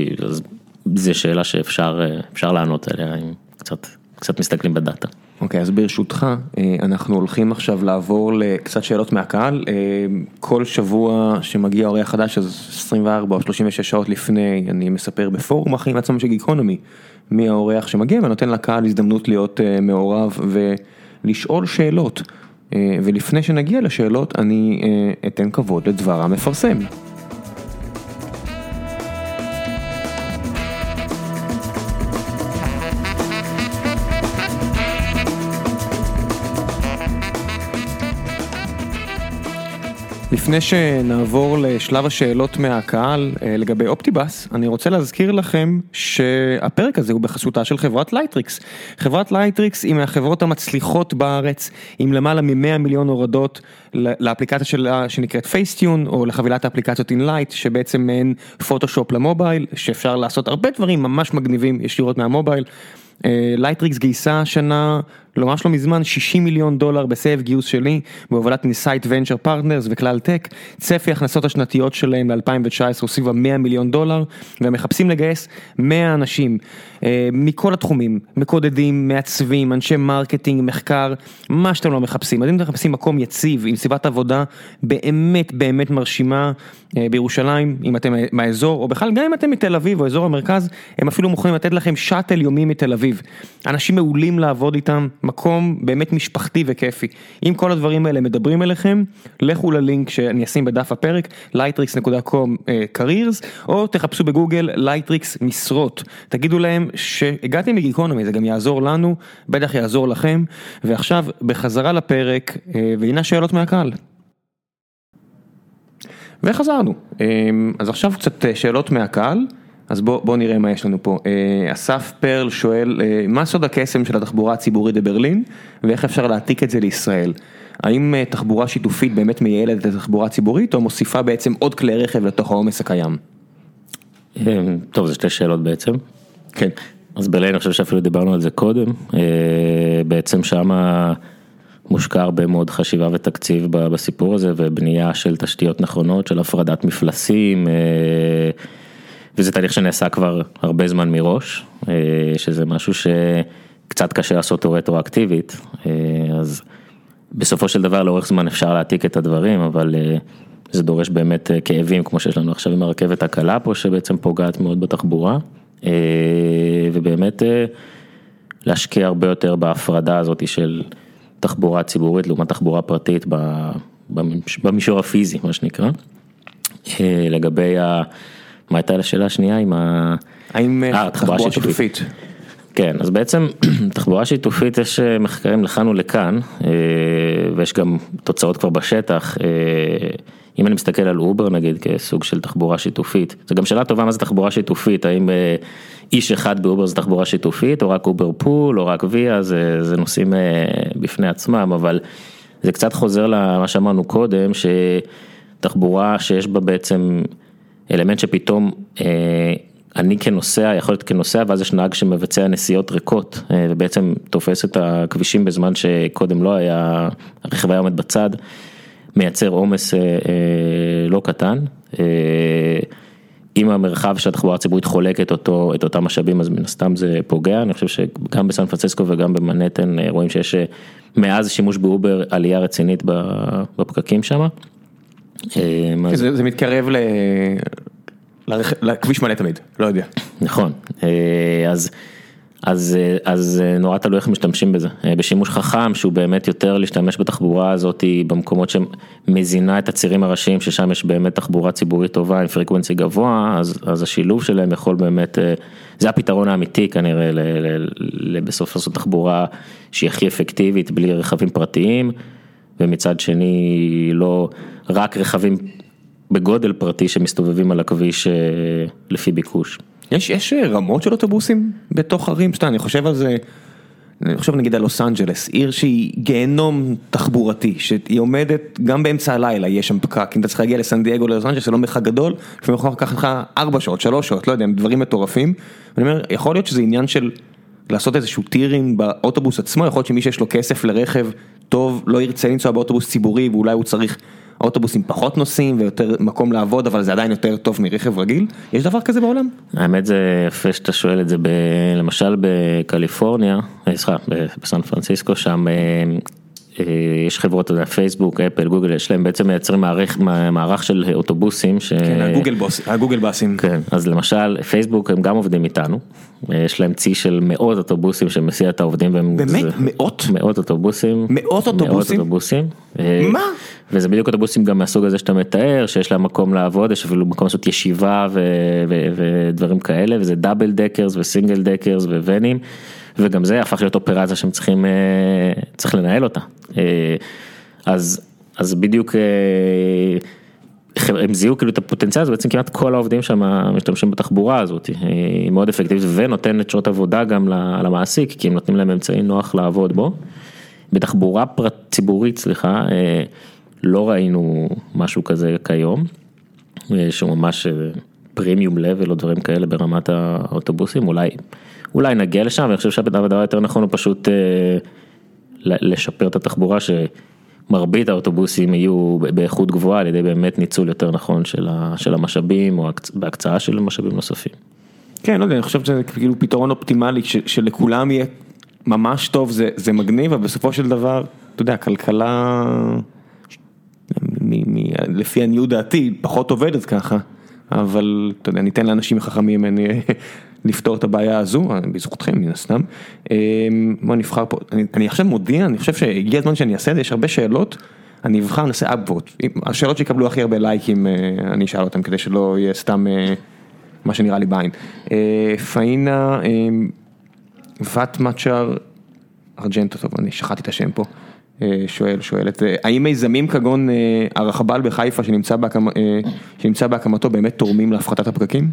זו שאלה שאפשר לענות עליה, אם קצת מסתכלים בדאטה. אוקיי, אז ברשותך, אנחנו הולכים עכשיו לעבור לקצת שאלות מהקהל, כל שבוע שמגיע אורח חדש, אז 24 או 36 שעות לפני, אני מספר בפורום החיים עצמם של גיקונומי, מי האורח שמגיע, ונותן לקהל הזדמנות להיות מעורב ולשאול שאלות, ולפני שנגיע לשאלות, אני אתן כבוד לדבר המפרסם. לפני שנעבור לשלב השאלות מהקהל לגבי אופטיבאס, אני רוצה להזכיר לכם שהפרק הזה הוא בחסותה של חברת לייטריקס. חברת לייטריקס היא מהחברות המצליחות בארץ, עם למעלה מ100 מיליון הורדות לאפליקציה שלה שנקראת פייסטיון, או לחבילת האפליקציות אינלייט, שבעצם מעין פוטושופ למובייל, שאפשר לעשות הרבה דברים ממש מגניבים ישירות מהמובייל. לייטריקס גייסה השנה, ממש לא מזמן, $60 מיליון בסבב גיוס שלי, בהובלת אינסייט ונצ'ר פרטנרס וכלל טק. צפי הכנסות השנתיות שלהם ל-2019 הוא סביב $100 מיליון, והם מחפשים לגייס 100 אנשים מכל התחומים, מקודדים, מעצבים, אנשי מרקטינג, מחקר, מה שאתם לא מחפשים. אז אם אתם מחפשים מקום יציב, עם סביבת עבודה באמת מרשימה בירושלים, אם אתם מהאזור, או בכלל גם אם אתם מתל אביב או אזור המרכז, הם אפילו מוכנים לתת לכם שאטל יומי מתל אביב. אנשים מעולים לעבוד איתם, מקום באמת משפחתי וכיפי. אם כל הדברים האלה מדברים אליכם, לכו ללינק שאני אשים בדף הפרק, lightrix.com/careers, או תחפשו בגוגל לייטריקס משרות. תגידו להם שהגעתם לגיקונומי, זה גם יעזור לנו, בטח יעזור לכם. ועכשיו בחזרה לפרק, והנה שאלות מהקהל. וחזרנו. אז עכשיו קצת שאלות מהקהל. אז בוא נראה מה יש לנו פה. אסף פרל שואל, מה סוד הקסם של התחבורה הציבורית בברלין, ואיך אפשר להעתיק את זה לישראל? האם תחבורה שיתופית באמת מייעלת את התחבורה הציבורית, או מוסיפה בעצם עוד כלי רכב לתוך העומס הקיים? טוב, זה שתי שאלות בעצם. כן. אז ברלין, אני חושב שאפילו דיברנו על זה קודם, בעצם שם מושקע הרבה מאוד חשיבה ותקציב בסיפור הזה, ובנייה של תשתיות נכונות, של הפרדת מפלסים, וזה תהליך שנעשה כבר הרבה זמן מראש, שזה משהו שקצת קשה לעשות אותו רטרואקטיבית, אז בסופו של דבר לאורך זמן אפשר להעתיק את הדברים, אבל זה דורש באמת כאבים, כמו שיש לנו עכשיו עם הרכבת הקלה פה, שבעצם פוגעת מאוד בתחבורה, ובאמת להשקיע הרבה יותר בהפרדה הזאת של תחבורה ציבורית, לעומת תחבורה פרטית במישור הפיזי, מה שנקרא. לגבי מה הייתה לשאלה השנייה האם תחבורה שיתופית? כן, אז בעצם תחבורה שיתופית יש מחקרים לכאן ולכאן, ויש גם תוצאות כבר בשטח. אם אני מסתכל על אובר נגיד כסוג של תחבורה שיתופית, זה גם שאלה טובה מה זה תחבורה שיתופית, האם איש אחד באובר זה תחבורה שיתופית, או רק אובר פול, או רק ויה, זה נושאים בפני עצמם, אבל זה קצת חוזר למה שאמרנו קודם, שתחבורה שיש בה בעצם אלמנט שפתאום אני כנוסע, יכול להיות כנוסע, ואז יש נהג שמבצע נסיעות ריקות, ובעצם תופס את הכבישים בזמן שקודם לא היה, הרכב היה עומד בצד, מייצר עומס לא קטן, אם המרחב של התחבורה הציבורית חולקת את אותם משאבים, אז מן הסתם זה פוגע, אני חושב שגם בסן פרנסיסקו וגם במנהטן רואים שיש מאז שימוש באובר עלייה רצינית בפקקים שם. זה מתקרב לכביש מלא תמיד, לא יודע. נכון, אז נורא תלוי איך משתמשים בזה, בשימוש חכם שהוא באמת יותר להשתמש בתחבורה הזאת במקומות שמזינה את הצירים הראשיים ששם יש באמת תחבורה ציבורית טובה עם פריקוונסי גבוה, אז השילוב שלהם יכול באמת, זה הפתרון האמיתי כנראה בסוף לעשות תחבורה שהיא הכי אפקטיבית בלי רכבים פרטיים, ומצד שני לא רק רכבים בגודל פרטי שמסתובבים על הכביש לפי ביקוש. יש רמות של אוטובוסים בתוך ערים? אני חושב על זה, אני חושב נגיד על לוס אנג'לס, עיר שהיא גיהנום תחבורתי, שהיא עומדת גם באמצע הלילה, יש שם פקק, אם אתה צריך להגיע לסן דייגו ללוס אנג'לס, זה לא מרחק גדול, לפעמים יכול לקחת לך 4 שעות, 3 שעות, לא יודע, דברים מטורפים, ואני אומר, יכול להיות שזה עניין של לעשות איזשהו טירים באוטובוס עצמו, יכול להיות שמי שיש לו כסף לרכב טוב, לא ירצה לנסוע באוטובוס ציבורי, ואולי הוא צריך אוטובוסים פחות נוסעים ויותר מקום לעבוד, אבל זה עדיין יותר טוב מרכב רגיל. יש דבר כזה בעולם? האמת זה יפה שאתה שואל את זה, למשל בקליפורניה, בסן פרנסיסקו, שם יש חברות, פייסבוק, אפל, גוגל, יש להם בעצם מייצרים מערך של אוטובוסים. כן, הגוגל בסים. כן, אז למשל, פייסבוק הם גם עובדים איתנו, יש להם צי של מאות אוטובוסים שמסיע את העובדים. באמת? מאות? מאות אוטובוסים. מאות אוטובוסים? מאות אוטובוסים. מה? וזה בדיוק אוטובוסים גם מהסוג הזה שאתה מתאר, שיש להם מקום לעבוד, יש אפילו מקום לעשות ישיבה ודברים כאלה, וזה דאבל דקרס וסינגל דקרס וונים, וגם זה הפך להיות אופרציה שהם צריך לנהל אותה. אז בדיוק הם זיהו כאילו את הפוטנציאל, אז בעצם כמעט כל העובדים שם משתמשים בתחבורה הזאת, היא מאוד אפקטיבית ונותנת שעות עבודה גם למעסיק, כי הם נותנים להם אמצעי נוח לעבוד בו. בתחבורה ציבורית, לא ראינו משהו כזה כיום, שהוא ממש פרימיום לבל או דברים כאלה ברמת האוטובוסים, אולי נגיע לשם, ואני חושב שהדבר יותר נכון הוא פשוט לשפר את התחבורה, שמרבית האוטובוסים יהיו באיכות גבוהה, על ידי באמת ניצול יותר נכון של המשאבים, או בהקצאה של משאבים נוספים. כן, לא יודע, אני חושב שזה כאילו פתרון אופטימלי, שלכולם יהיה ממש טוב, זה מגניב, אבל בסופו של דבר, אתה יודע, הכלכלה, לפי עניות דעתי, פחות עובדת ככה, אבל אתה יודע, ניתן לאנשים חכמים לפתור את הבעיה הזו, בזכותכם מן הסתם. בוא נבחר פה, אני עכשיו מודיע, אני חושב שהגיע הזמן שאני אעשה את זה, יש הרבה שאלות, אני אבחר, נעשה אפוות, השאלות שיקבלו הכי הרבה לייקים, אני אשאל אותם, כדי שלא יהיה סתם מה שנראה לי בעין. פאינה, פאטמצ'ר, ארג'נטו, טוב, אני שכחתי את השם פה, שואלת, האם מיזמים כגון הרחבל בחיפה שנמצא בהקמתו באמת תורמים להפחתת הפקקים?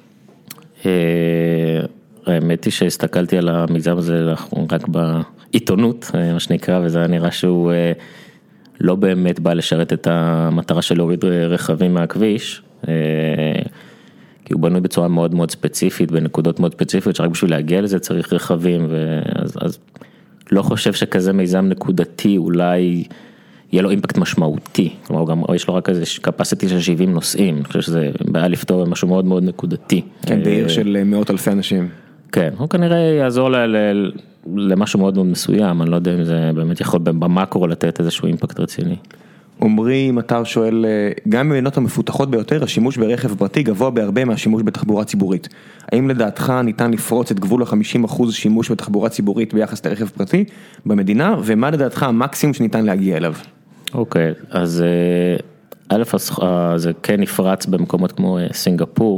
האמת היא שהסתכלתי על המיזם הזה רק בעיתונות, מה שנקרא, וזה נראה שהוא לא באמת בא לשרת את המטרה של להוריד רכבים מהכביש, כי הוא בנוי בצורה מאוד מאוד ספציפית, בנקודות מאוד ספציפיות, שרק בשביל להגיע לזה צריך רכבים, אז לא חושב שכזה מיזם נקודתי אולי יהיה לו אימפקט משמעותי, כלומר גם יש לו רק איזה capacity של 70 נוסעים, אני חושב שזה בעיה לפתור משהו מאוד מאוד נקודתי. כן, בעיר של מאות אלפי אנשים. כן, הוא כנראה יעזור למשהו מאוד מאוד מסוים, אני לא יודע אם זה באמת יכול במקרו לתת איזשהו אימפקט רציני. עומרי מטר שואל, גם במדינות המפותחות ביותר, השימוש ברכב פרטי גבוה בהרבה מהשימוש בתחבורה ציבורית. האם לדעתך ניתן לפרוץ את גבול ה-50% שימוש בתחבורה ציבורית ביחס לרכב פרטי במדינה, ומה לדעתך המקסימום שניתן להגיע אליו? אוקיי, אז א', זה כן נפרץ במקומות כמו סינגפור,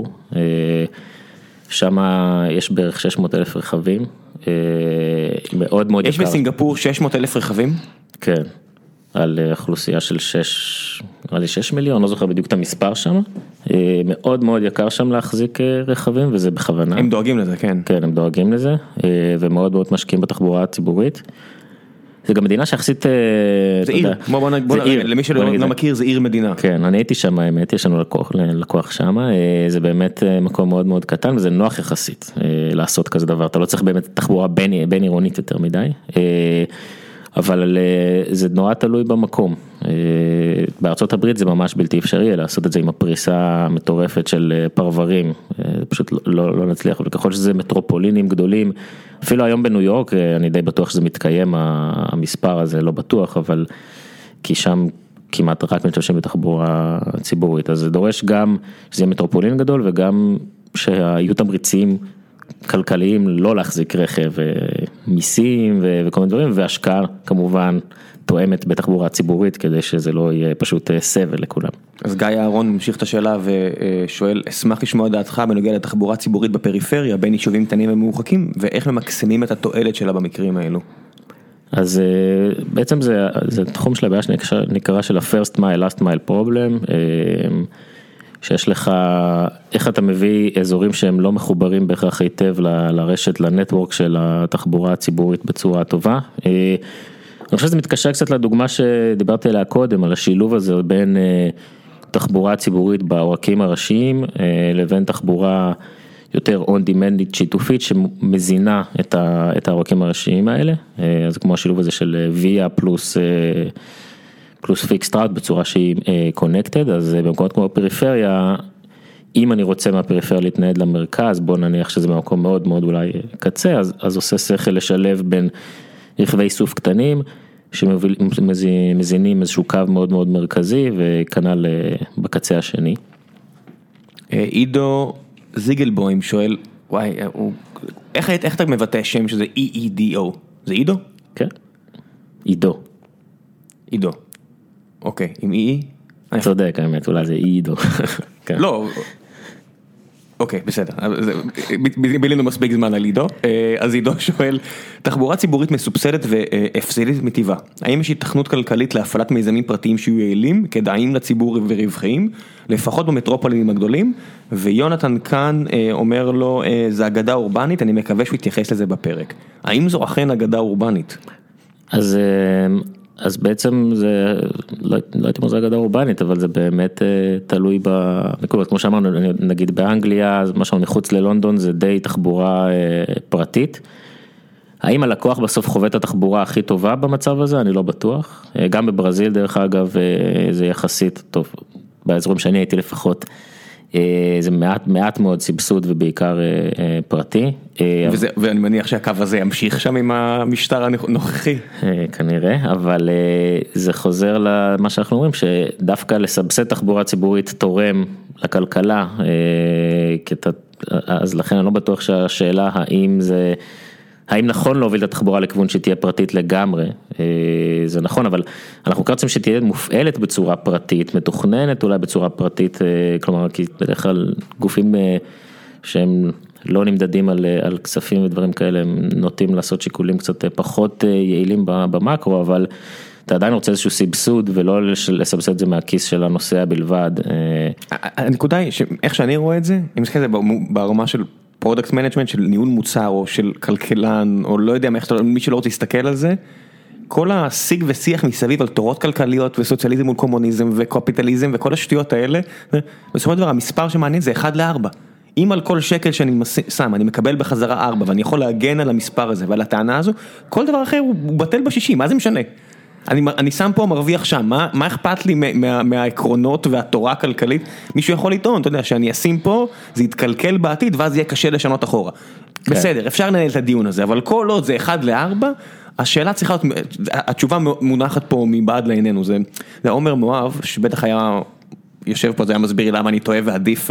שם יש בערך 600,000 רכבים, מאוד מאוד יקר. יש בסינגפור 600,000 רכבים? כן. על אוכלוסייה של 6 מיליון, לא זוכר בדיוק את המספר שם, מאוד מאוד יקר שם להחזיק רכבים, וזה בכוונה. הם דואגים לזה, כן. כן, הם דואגים לזה, ומאוד מאוד משקיעים בתחבורה הציבורית. זה גם מדינה שיחסית, זה עיר, למי שלא מכיר זה עיר מדינה. כן, אני הייתי שם, האמת, יש לנו לקוח שם, זה באמת מקום מאוד מאוד קטן, וזה נוח יחסית לעשות כזה דבר, אתה לא צריך באמת תחבורה בין עירונית יותר מדי, אבל זה נורא תלוי במקום. בארצות הברית זה ממש בלתי אפשרי לעשות את זה עם הפריסה המטורפת של פרברים, פשוט לא נצליח, וככל שזה מטרופולינים גדולים, אפילו היום בניו יורק, אני די בטוח שזה מתקיים, המספר הזה לא בטוח, אבל כי שם כמעט רק משתמשים בתחבורה ציבורית, אז זה דורש גם שזה יהיה מטרופולין גדול, וגם שהיו תמריצים כלכליים לא להחזיק רכב, מיסים וכל מיני דברים, והשקעה כמובן תואמת בתחבורה ציבורית, כדי שזה לא יהיה פשוט סבל לכולם. אז גיא אהרון ממשיך את השאלה ושואל, אשמח לשמוע דעתך בנוגע לתחבורה ציבורית בפריפריה, בין יישובים קטנים ומרוחקים, ואיך ממקסמים את התועלת שלה במקרים האלו? אז בעצם זה תחום של הבעיה שנקרא של ה-first mile, last mile problem, שיש לך, איך אתה מביא אזורים שהם לא מחוברים בהכרח היטב לרשת, לנטוורק של התחבורה הציבורית בצורה טובה. אני חושב שזה מתקשר קצת לדוגמה שדיברתי עליה קודם, על השילוב הזה בין תחבורה ציבורית בעורקים הראשיים, לבין תחבורה יותר on-demand שיתופית שמזינה את העורקים הראשיים האלה, אז כמו השילוב הזה של ויה פלוס פיקס טראוט בצורה שהיא קונקטד, אז במקומות כמו הפריפריה, אם אני רוצה מהפריפריה להתנהד למרכז, בוא נניח שזה במקום מאוד מאוד אולי קצה, אז עושה שכל לשלב בין רכבי איסוף קטנים, שמזינים איזשהו קו מאוד מאוד מרכזי, וכנ"ל בקצה השני. עידו זיגלבוים שואל, וואי, איך אתה מבטא שם שזה EEDO? זה עידו? כן, עידו. עידו. אוקיי, עם EE? צודק, האמת, אולי זה עידו. לא, אוקיי, בסדר, בילינו מספיק זמן על עידו, אז עידו שואל, תחבורה ציבורית מסובסדת והפסדית מטבעה, האם יש התכנות כלכלית להפעלת מיזמים פרטיים שיהיו יעילים, כדאיים לציבור ורווחיים, לפחות במטרופולינים הגדולים, ויונתן כאן אומר לו, זה אגדה אורבנית, אני מקווה שהוא יתייחס לזה בפרק, האם זו אכן אגדה אורבנית? אז בעצם זה, לא הייתי אומר זה אגדה אורבנית, אבל זה באמת תלוי במקומות, כמו שאמרנו, נגיד באנגליה, מה שאמרנו מחוץ ללונדון, זה די תחבורה פרטית. האם הלקוח בסוף חווה את התחבורה הכי טובה במצב הזה? אני לא בטוח. גם בברזיל, דרך אגב, זה יחסית טוב, באזורים שאני הייתי לפחות, זה מעט מאוד סבסוד ובעיקר פרטי. ואני מניח שהקו הזה ימשיך שם עם המשטר הנוכחי. כנראה, אבל זה חוזר למה שאנחנו אומרים, שדווקא לסבסד תחבורה ציבורית תורם לכלכלה, אז לכן אני לא בטוח שהשאלה האם נכון להוביל את התחבורה לכיוון שתהיה פרטית לגמרי, זה נכון, אבל אנחנו רוצים שתהיה מופעלת בצורה פרטית, מתוכננת אולי בצורה פרטית, כלומר, כי בדרך כלל גופים שהם לא נמדדים על כספים ודברים כאלה, הם נוטים לעשות שיקולים קצת פחות יעילים במקרו, אבל אתה עדיין רוצה איזשהו סבסוד, ולא לסבסד את זה מהכיס של הנוסע בלבד. הנקודה היא, איך שאני רואה את זה, אם מסתכל את זה ברמה של פרודקט מנג'מנט, של ניהול מוצר, או של כלכלן, או לא יודע מי שלא רוצה להסתכל על זה, כל השיג ושיח מסביב על תורות כלכליות, וסוציאליזם מול קומוניזם, וקפיטליזם, וכל השטויות האלה, בסופו של דבר, המספר שמעניין זה 1 ל-4. אם על כל שקל שאני שם, אני מקבל בחזרה 4, ואני יכול להגן על המספר הזה ועל הטענה הזו, כל דבר אחר הוא בטל ב-60, מה זה משנה? אני שם פה מרוויח שם, מה אכפת לי מהעקרונות והתורה הכלכלית? מישהו יכול לטעון, אתה יודע, שאני אשים פה, זה יתקלקל בעתיד, ואז יהיה קשה לשנות אחורה. בסדר, אפשר לנהל את הדיון הזה, אבל כל עוד זה 1-4, השאלה צריכה להיות, התשובה מונחת פה מבעד לעינינו, זה עומר מואב, שבטח היה יושב פה, זה היה מסביר למה אני טועה ועדיף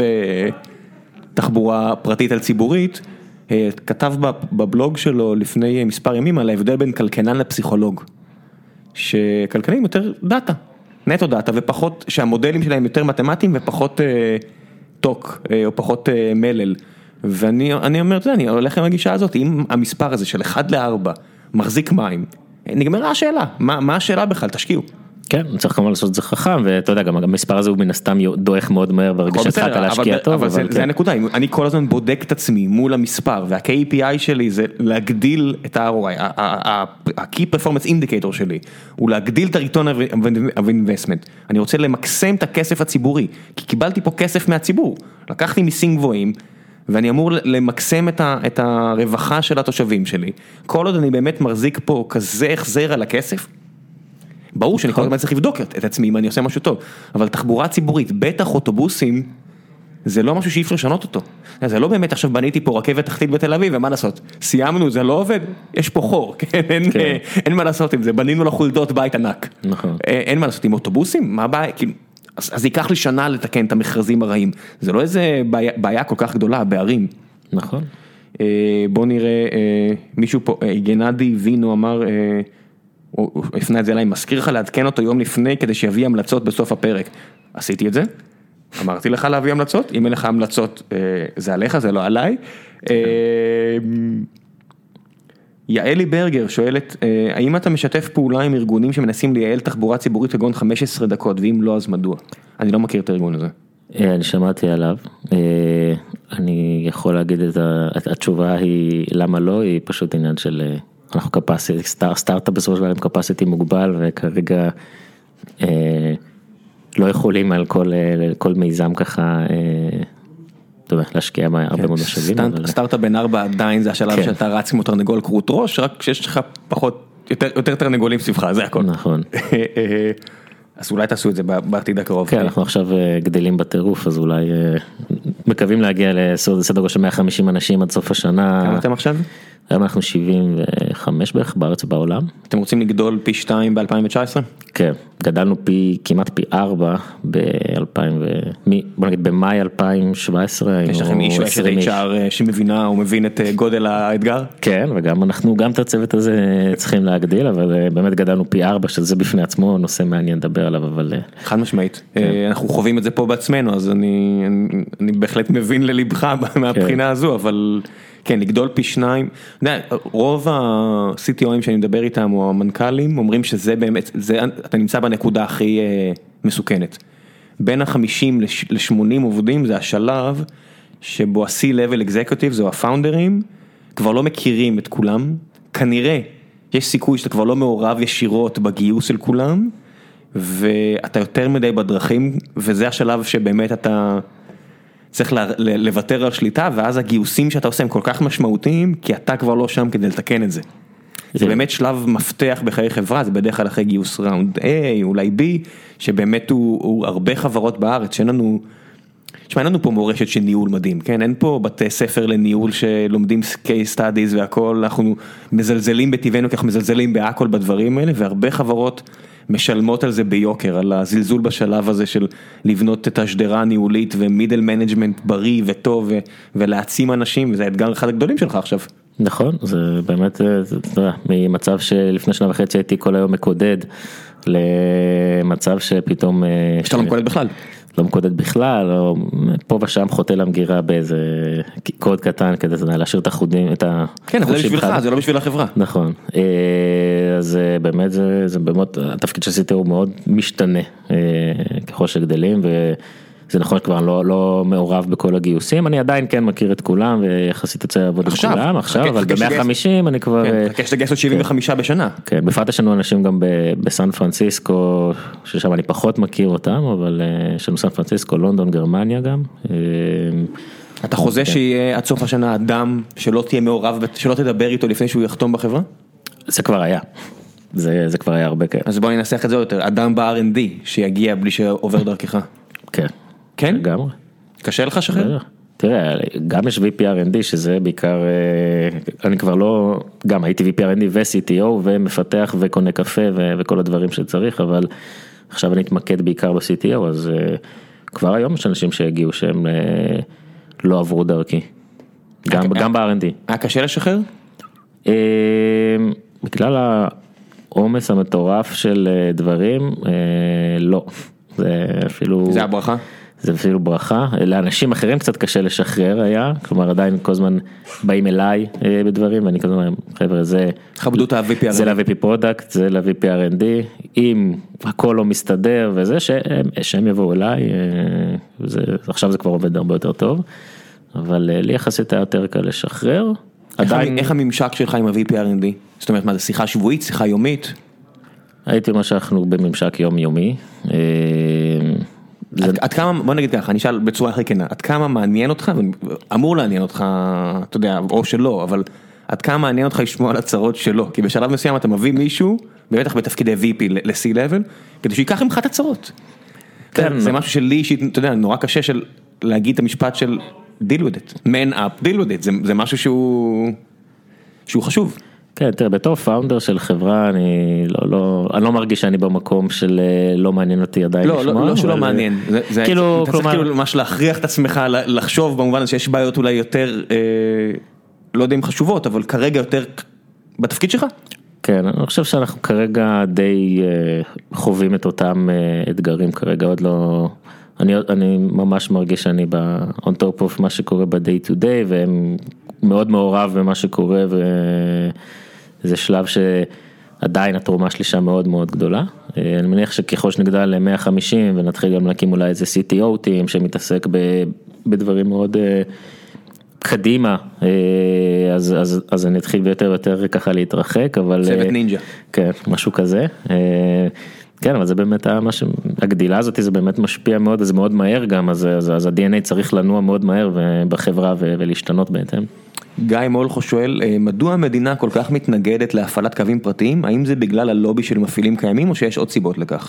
תחבורה פרטית על ציבורית, כתב בבלוג שלו לפני מספר ימים על ההבדל בין כלכלן לפסיכולוג. שכלכלנים יותר דאטה, נטו דאטה, ופחות, שהמודלים שלהם יותר מתמטיים ופחות טוק, או פחות מלל. ואני אומר, אני הולך עם הגישה הזאת, אם המספר הזה של 1-4 מחזיק מים, נגמרה השאלה, מה השאלה בכלל? תשקיעו. כן, צריך כמובן לעשות את זה חכם, ואתה יודע, גם המספר הזה הוא מן הסתם דועך מאוד מהר, ברגע שהתחלת להשקיע טוב. אבל זה הנקודה, אני כל הזמן בודק את עצמי מול המספר, וה-KPI שלי זה להגדיל את ה-ROI, ה-Key Performance Indicator שלי, הוא להגדיל את ה-Return of Investment. אני רוצה למקסם את הכסף הציבורי, כי קיבלתי פה כסף מהציבור, לקחתי מיסים גבוהים, ואני אמור למקסם את הרווחה של התושבים שלי. כל עוד אני באמת מחזיק פה כזה החזר על הכסף, ברור שאני כל הזמן צריך לבדוק את עצמי אם אני עושה משהו טוב, אבל תחבורה ציבורית, בטח אוטובוסים, זה לא משהו שאי אפשר לשנות אותו. זה לא באמת עכשיו בניתי פה רכבת תחתית בתל אביב, ומה לעשות? סיימנו, זה לא עובד, יש פה חור, אין מה לעשות עם זה, בנינו לחולדות בית ענק. אין מה לעשות עם אוטובוסים, מה הבעיה? אז ייקח לי שנה לתקן את המכרזים הרעים, זה לא איזה בעיה כל כך גדולה בערים. נכון. בוא נראה, מישהו פה, גנדי וינו אמר, הוא הפנה את זה אליי, מזכיר לך לעדכן אותו יום לפני כדי שיביא המלצות בסוף הפרק. עשיתי את זה, אמרתי לך להביא המלצות, אם אין לך המלצות זה עליך, זה לא עליי. יעלי ברגר שואלת, האם אתה משתף פעולה עם ארגונים שמנסים לייעל תחבורה ציבורית כגון 15 דקות, ואם לא אז מדוע? אני לא מכיר את הארגון הזה. אני שמעתי עליו, אני יכול להגיד את התשובה היא למה לא, היא פשוט עניין של אנחנו סטארט-אפ בסופו של דבר עם קפסיטי מוגבל, וכרגע לא יכולים על כל מיזם ככה, להשקיע הרבה מאוד משאבים. סטארט-אפ בין 4 עדיין זה השלב שאתה רץ כמו תרנגול כרות ראש, רק שיש לך פחות, יותר תרנגולים סביבך, זה הכל. נכון. אז אולי תעשו את זה בעתיד הקרוב. כן, אנחנו עכשיו גדלים בטירוף, אז אולי מקווים להגיע לסדר גודל של 150 אנשים עד סוף השנה. כמה אתם עכשיו? היום אנחנו 75 בערך בארץ ובעולם. אתם רוצים לגדול פי 2 ב-2019? כן, גדלנו כמעט פי 4 בוא נגיד במאי 2017. יש לכם איש HR שמבינה או מבין את גודל האתגר? כן, וגם אנחנו גם את הצוות הזה צריכים להגדיל, אבל באמת גדלנו פי 4, שזה בפני עצמו נושא מעניין לדבר עליו, אבל... חד משמעית. אנחנו חווים את זה פה בעצמנו, אז אני בהחלט מבין ללבך מהבחינה הזו, אבל... כן, לגדול פי 2, רוב ה-CTOים שאני מדבר איתם, או המנכ"לים, אומרים שזה באמת, אתה נמצא בנקודה הכי מסוכנת. בין ה-50 ל-80 עובדים, זה השלב שבו ה-C-Level Executives, או הפאונדרים, כבר לא מכירים את כולם, כנראה יש סיכוי שאתה כבר לא מעורב ישירות בגיוס של כולם, ואתה יותר מדי בדרכים, וזה השלב שבאמת אתה... צריך לוותר על שליטה, ואז הגיוסים שאתה עושה הם כל כך משמעותיים, כי אתה כבר לא שם כדי לתקן את זה. זה באמת שלב מפתח בחיי חברה, זה בדרך כלל אחרי גיוס ראונד A, אולי B, שבאמת הוא הרבה חברות בארץ, שאין לנו, תשמע, אין לנו פה מורשת של ניהול מדהים, כן? אין פה בתי ספר לניהול שלומדים case studies והכל, אנחנו מזלזלים בטבענו, כי אנחנו מזלזלים בהכל בדברים האלה, והרבה חברות משלמות על זה ביוקר, על הזלזול בשלב הזה של לבנות את השדרה הניהולית ומידל מנג'מנט בריא וטוב ולהעצים אנשים, וזה האתגר אחד הגדולים שלך עכשיו. נכון, זה באמת, ממצב שלפני 1.5 שנה הייתי כל היום מקודד, למצב שפתאום... שאתה לא מקודד בכלל. לא מקודד בכלל, או פה ושם חוטא למגירה באיזה קוד קטן, כדי להשאיר את החודים, את כן, זה לא בשבילך, זה לא בשביל החברה. נכון, אז באמת זה באמת, התפקיד שעשיתי הוא מאוד משתנה, ככל שגדלים, וזה נכון שכבר לא מעורב בכל הגיוסים, אני עדיין כן מכיר את כולם, ויחסית יוצא לעבוד עם כולם, עכשיו, אבל ב-150 אני כבר... כן, חכה שתגייס עוד 75 בשנה. כן, בפרט יש לנו אנשים גם בסן פרנסיסקו, ששם אני פחות מכיר אותם, אבל יש לנו סן פרנסיסקו, לונדון, גרמניה גם. אתה חוזה שיהיה עד סוף השנה אדם שלא תהיה מעורב, שלא תדבר איתו לפני שהוא יחתום בחברה? זה כבר היה. זה כבר היה הרבה כאלה. אז בוא ננסח את זה יותר, אדם ב-R&D שיגיע בלי שעובר דרכך. כן. כן? לגמרי. קשה לך שחרר? תראה, גם יש VP R&D שזה בעיקר, אני כבר לא, גם הייתי VP R&D ו-CTO ומפתח וקונה קפה וכל הדברים שצריך, אבל עכשיו אני אתמקד בעיקר ב-CTO, אז כבר היום יש אנשים שהגיעו שהם לא עברו דרכי, גם ב-R&D. היה קשה לשחרר? בגלל העומס המטורף של דברים, לא. זה אפילו... זה הברכה? זה אפילו ברכה, לאנשים אחרים קצת קשה לשחרר היה, כלומר עדיין כל הזמן באים אליי בדברים, ואני כל הזמן, חבר'ה, זה... כבדו את ה-VP R&D. זה ל-VP פרודקט, זה ל-VP R&D, אם הכל לא מסתדר וזה, שהם יבואו אליי, עכשיו זה כבר עובד הרבה יותר טוב, אבל לי יחסית היה יותר קל לשחרר. איך הממשק שלך עם ה-VP R&D? זאת אומרת, מה זה שיחה שבועית, שיחה יומית? הייתי אומר שאנחנו בממשק יומיומי, עד כמה, בוא נגיד ככה, אני אשאל בצורה הכי כנה, עד כמה מעניין אותך, אמור לעניין אותך, אתה יודע, או שלא, אבל עד כמה מעניין אותך לשמוע על הצרות שלו, כי בשלב מסוים אתה מביא מישהו, בטח בתפקידי VP ל-C-Level, כדי שיקח ממך את הצרות. זה משהו שלי, אתה יודע, נורא קשה של להגיד את המשפט של deal with it, man up, deal with it, זה משהו שהוא חשוב. כן, תראה, בתור פאונדר של חברה, אני לא מרגיש שאני במקום של לא מעניין אותי עדיין לשמוע. לא שלא מעניין, אתה צריך כאילו ממש להכריח את עצמך לחשוב במובן הזה שיש בעיות אולי יותר, לא יודע אם חשובות, אבל כרגע יותר בתפקיד שלך? כן, אני חושב שאנחנו כרגע די חווים את אותם אתגרים כרגע, עוד לא... אני ממש מרגיש שאני on top of מה שקורה ב-day to day, והם מאוד מעורב במה שקורה, וזה שלב שעדיין התרומה שלי שם מאוד מאוד גדולה. אני מניח שככל שנגדל ל-150, ונתחיל גם להקים אולי איזה CTO טים, שמתעסק בדברים מאוד קדימה, אז אני אתחיל ביותר ויותר ככה להתרחק, אבל... צוות נינג'ה. כן, משהו כזה. כן, אבל זה באמת, הגדילה הזאת זה באמת משפיע מאוד, וזה מאוד מהר גם, אז ה-DNA צריך לנוע מאוד מהר בחברה ולהשתנות בהתאם. גיא מולכו שואל, מדוע המדינה כל כך מתנגדת להפעלת קווים פרטיים? האם זה בגלל הלובי של מפעילים קיימים, או שיש עוד סיבות לכך?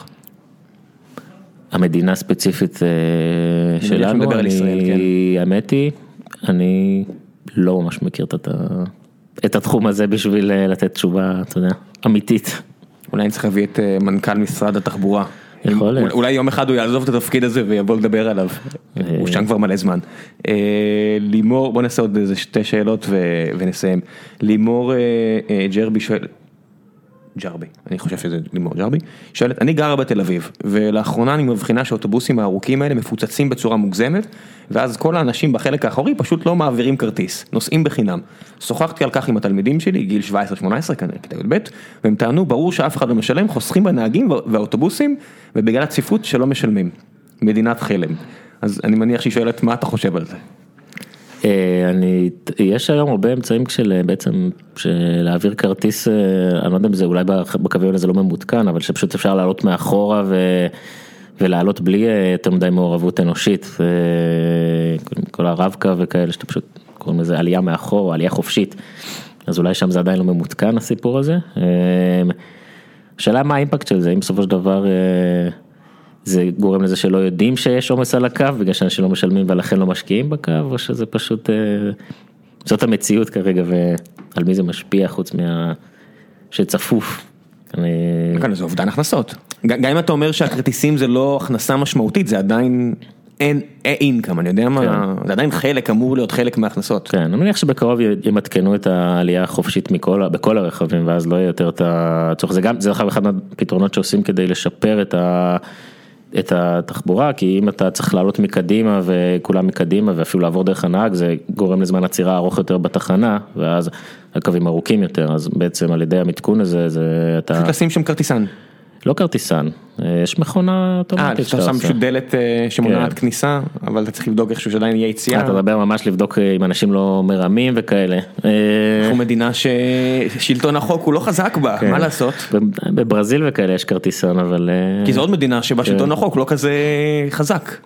המדינה הספציפית שלנו, האמת היא, אני לא ממש מכיר את התחום הזה בשביל לתת תשובה, אתה יודע, אמיתית. אולי אני צריך להביא את מנכ"ל משרד התחבורה. יכול להיות. אולי יום אחד הוא יעזוב את התפקיד הזה ויבוא לדבר עליו. הוא שם כבר מלא זמן. לימור, בוא נעשה עוד איזה שתי שאלות ונסיים. לימור ג'רבי שואל, ג'רבי, אני חושב שזה לימור ג'רבי, שואלת, אני גרה בתל אביב, ולאחרונה אני מבחינה שהאוטובוסים הארוכים האלה מפוצצים בצורה מוגזמת, ואז כל האנשים בחלק האחורי פשוט לא מעבירים כרטיס, נוסעים בחינם. שוחחתי על כך עם התלמידים שלי, גיל 17-18, כנראה, כיתה י"ב, והם טענו, ברור שאף אחד לא משלם, חוסכים בנהגים והאוטובוסים, ובגלל הצפיפות שלא משלמים. מדינת חלם. אז אני מניח שהיא שואלת, מה אתה חושב על זה? יש היום הרבה אמצעים בעצם להעביר כרטיס, אני לא יודע אם זה אולי בקווים הזה לא ממותקן, אבל שפשוט אפשר לעלות מאחורה ולעלות בלי יותר מדי מעורבות אנושית, כל הרב-קו וכאלה שאתה פשוט קוראים לזה עלייה מאחור, עלייה חופשית, אז אולי שם זה עדיין לא ממותקן הסיפור הזה. השאלה מה האימפקט של זה, אם בסופו של דבר זה גורם לזה שלא יודעים שיש עומס על הקו, בגלל שאנשים לא משלמים ולכן לא משקיעים בקו, או שזה פשוט, זאת המציאות כרגע, ועל מי זה משפיע חוץ שצפוף. כאן זה אובדן הכנסות. גם אם אתה אומר שהכרטיסים זה לא הכנסה משמעותית, זה עדיין אין אינקאם, אני יודע מה, זה עדיין חלק, אמור להיות חלק מההכנסות. כן, אני מניח שבקרוב ימתקנו את העלייה החופשית בכל הרכבים, ואז לא יהיה יותר את הצורך. זה אחד מהפתרונות שעושים כדי לשפר את התחבורה, כי אם אתה צריך לעלות מקדימה וכולם מקדימה ואפילו לעבור דרך הנהג, זה גורם לזמן עצירה ארוך יותר בתחנה, ואז הקווים ארוכים יותר, אז בעצם על ידי המתקון הזה, אתה... פשוט לשים שם כרטיסן. לא כרטיסן, יש מכונה אוטומטית שאתה שם פשוט דלת שמונעת כניסה, אבל אתה צריך לבדוק איכשהו שעדיין יהיה יציאה. אתה מדבר ממש לבדוק אם אנשים לא מרמים וכאלה. אנחנו מדינה ששלטון החוק הוא לא חזק בה, מה לעשות? בברזיל וכאלה יש כרטיסן, אבל... כי זו עוד מדינה שבה שלטון החוק לא כזה חזק.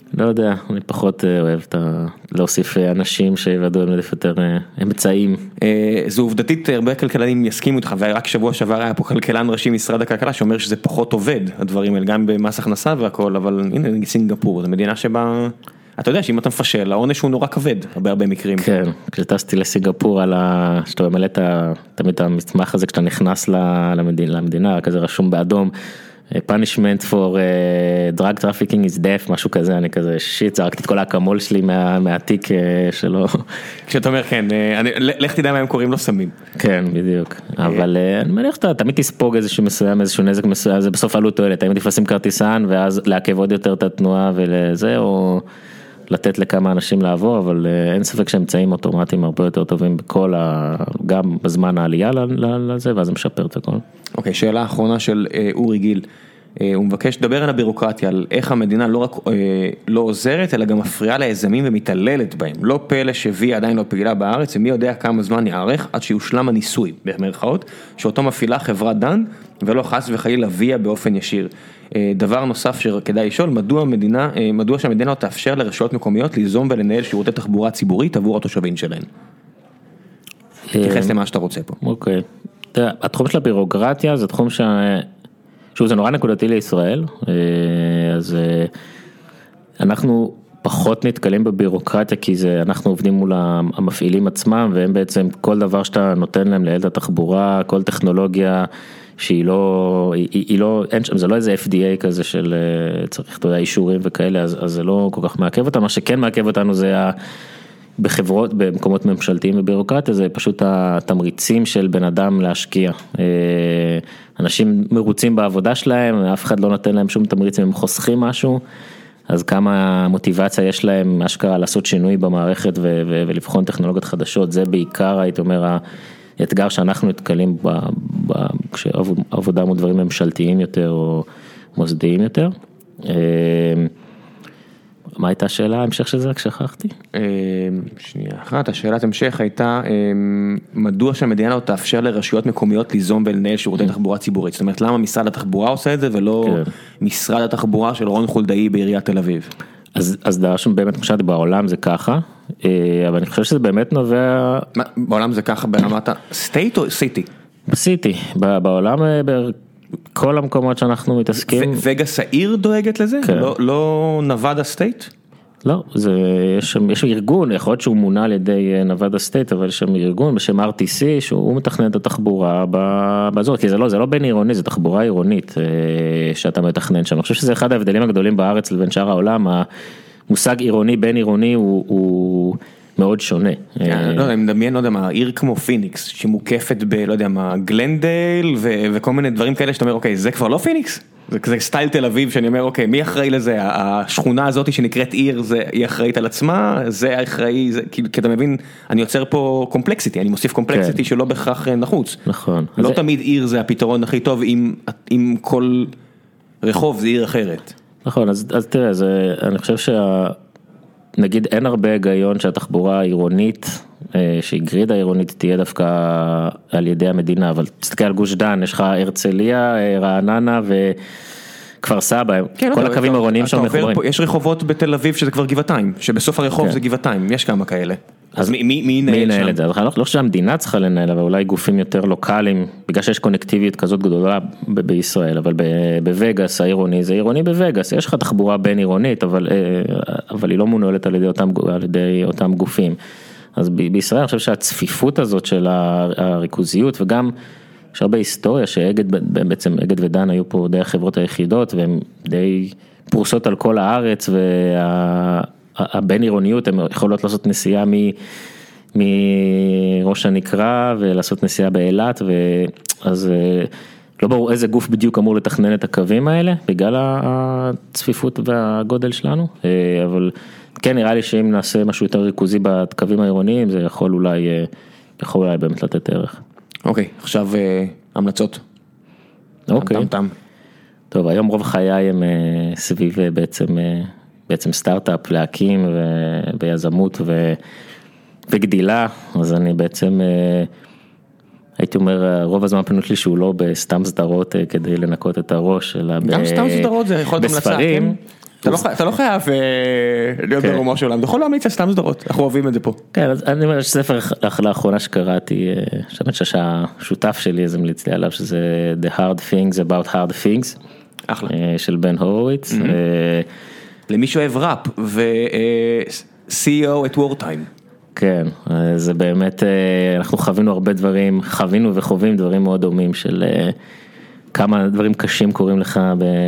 לא יודע, אני פחות אוהב להוסיף אנשים שיוודאו יותר אמצעים. זו עובדתית, הרבה כלכלנים יסכימו איתך, ורק שבוע שעבר היה פה כלכלן ראשי משרד הכלכלה, שאומר שזה פחות עובד, הדברים האלה, גם במס הכנסה והכל, אבל הנה, סינגפור, זו מדינה שבה, אתה יודע שאם אתה מפשל, העונש הוא נורא כבד, הרבה מקרים. כן, כשטסתי לסינגפור, שאתה ממלא תמיד את המסמך הזה, כשאתה נכנס למדינה, כזה רשום באדום, punishment for drug trafficking is death, משהו כזה, אני כזה שיט, זרקתי את כל האקמול שלי מהתיק שלו. כשאתה אומר כן, לך תדע מה הם קוראים לו סמים. כן, בדיוק, אבל אני מניח שאתה תמיד תספוג איזשהו מסוים, איזשהו נזק מסוים, זה בסוף עלות תועלת, האם תפסים כרטיסן ואז לעכב עוד יותר את התנועה ולזה, או לתת לכמה אנשים לעבור, אבל אין ספק שהאמצעים אוטומטיים הרבה יותר טובים גם בזמן העלייה לזה, ואז זה משפר את הכל. אוקיי, שאלה האחרונה של אורי גיל, הוא מבקש לדבר על הבירוקרטיה, על איך המדינה לא רק לא עוזרת, אלא גם מפריעה ליזמים ומתעללת בהם. לא פלא שוויה עדיין לא פעילה בארץ, ומי יודע כמה זמן יערך עד שיושלם הניסוי, במרכאות, שאותו מפעילה חברת דן, ולא חס וחלילה ויה באופן ישיר. דבר נוסף שכדאי לשאול, מדוע שהמדינה לא תאפשר לרשויות מקומיות ליזום ולנהל שירותי תחבורה ציבורית עבור התושבים שלהן? תתייחס למה שאתה רוצה פה. אוקיי. התחום של הבירוקרטיה זה תחום שוב, זה נורא נקודתי לישראל, אז אנחנו פחות נתקלים בבירוקרטיה, כי אנחנו עובדים מול המפעילים עצמם, והם בעצם כל דבר שאתה נותן להם לילד התחבורה, כל טכנולוגיה שהיא לא, זה לא איזה FDA כזה של צריך, אתה יודע, אישורים וכאלה, אז זה לא כל כך מעכב אותנו, מה שכן מעכב אותנו זה בחברות, במקומות ממשלתיים ובירוקרטיה, זה פשוט התמריצים של בן אדם להשקיע. אנשים מרוצים בעבודה שלהם, אף אחד לא נותן להם שום תמריץ, אם הם חוסכים משהו, אז כמה מוטיבציה יש להם, אשכרה לעשות שינוי במערכת ולבחון טכנולוגיות חדשות, זה בעיקר, הייתי אומר, האתגר שאנחנו נתקלים כשעבודה מול דברים ממשלתיים יותר, או מוסדיים יותר. מה הייתה השאלה ההמשך של זה, רק שכחתי? שנייה אחת, השאלת המשך הייתה, מדוע שהמדינה לא תאפשר לרשויות מקומיות ליזום ולנהל שירותי תחבורה ציבורית? זאת אומרת, למה משרד התחבורה עושה את זה, ולא משרד התחבורה של רון חולדאי בעיריית תל אביב? אז דבר שם באמת, כמו שאתה בעולם זה ככה, אבל אני חושב שזה באמת נובע... בעולם זה ככה ברמת הסטייט או סיטי? בסיטי, בעולם... כל המקומות שאנחנו מתעסקים. וגאס העיר דואגת לזה? כן. לא נבדה סטייט? לא, יש שם ארגון, יכול להיות שהוא מונה על ידי נבדה סטייט, אבל יש שם ארגון בשם RTC, שהוא מתכנן את התחבורה באזור, כי זה לא בין עירוני, זה תחבורה עירונית שאתה מתכנן שם. אני חושב שזה אחד ההבדלים הגדולים בארץ לבין שאר העולם, המושג עירוני בין עירוני הוא מאוד שונה. לא יודע, אני מדמיין, לא יודע מה, עיר כמו פיניקס, שמוקפת ב, לא יודע מה, גלנדייל, וכל מיני דברים כאלה, שאתה אומר, אוקיי, זה כבר לא פיניקס? זה סטייל תל אביב, שאני אומר, אוקיי, מי אחראי לזה? השכונה הזאת שנקראת עיר, היא אחראית על עצמה, זה אחראי, כי אתה מבין, אני יוצר פה קומפלקסיטי, אני מוסיף קומפלקסיטי שלא בהכרח נחוץ. נכון. לא תמיד עיר זה הפתרון הכי טוב, אם כל רחוב זה עיר אחרת. נכון, אז תראה, אני חושב נגיד אין הרבה היגיון שהתחבורה העירונית, שהיא גרידה עירונית תהיה דווקא על ידי המדינה, אבל תסתכל על גוש דן, יש לך הרצליה, רעננה וכפר סבא, כל הקווים העירוניים שם מחוברים. יש רחובות בתל אביב שזה כבר גבעתיים, שבסוף הרחוב זה גבעתיים, יש כמה כאלה. אז מי ינהל את זה? אני לא חושב שהמדינה צריכה לנהל, אבל אולי גופים יותר לוקליים, בגלל שיש קונקטיביות כזאת גדולה בישראל, אבל בווגאס העירוני, זה עירוני בווגאס, יש לך תחבורה בין עירונית, אבל היא לא מנוהלת על ידי אותם גופים. אז בישראל אני חושב שהצפיפות הזאת של הריכוזיות, וגם יש הרבה היסטוריה שבעצם אגד ודן היו פה די החברות היחידות, והן די פרוסות על כל הארץ, הבין עירוניות, הן יכולות לעשות נסיעה מראש הנקרה, ולעשות נסיעה באילת, אז לא ברור איזה גוף בדיוק אמור לתכנן את הקווים האלה, בגלל הצפיפות והגודל שלנו, אבל כן נראה לי שאם נעשה משהו יותר ריכוזי בקווים העירוניים, זה יכול אולי באמת לתת ערך. אוקיי, עכשיו המלצות. אוקיי. טוב, היום רוב חיי הם סביב בעצם סטארט-אפ להקים ויזמות וגדילה, אז אני בעצם הייתי אומר, רוב הזמן הפנות שלי שהוא לא בסתם סדרות כדי לנקות את הראש, אלא גם סתם סדרות זה יכול להיות המלצה, כן? אתה לא חייב להיות ברומו של עולם, אתה יכול להמליץ על סתם סדרות, אנחנו אוהבים את זה פה. כן, אז אני אומר שספר לאחרונה שקראתי, שבאמת שהשותף שלי אז המליץ לי עליו, שזה The Hard Things About Hard Things, אחלה. של בן הורוביץ. למי שאוהב ראפ ו-CEO at Wartime. כן, זה באמת, אנחנו חווינו וחווים דברים מאוד דומים של כמה דברים קשים קורים לך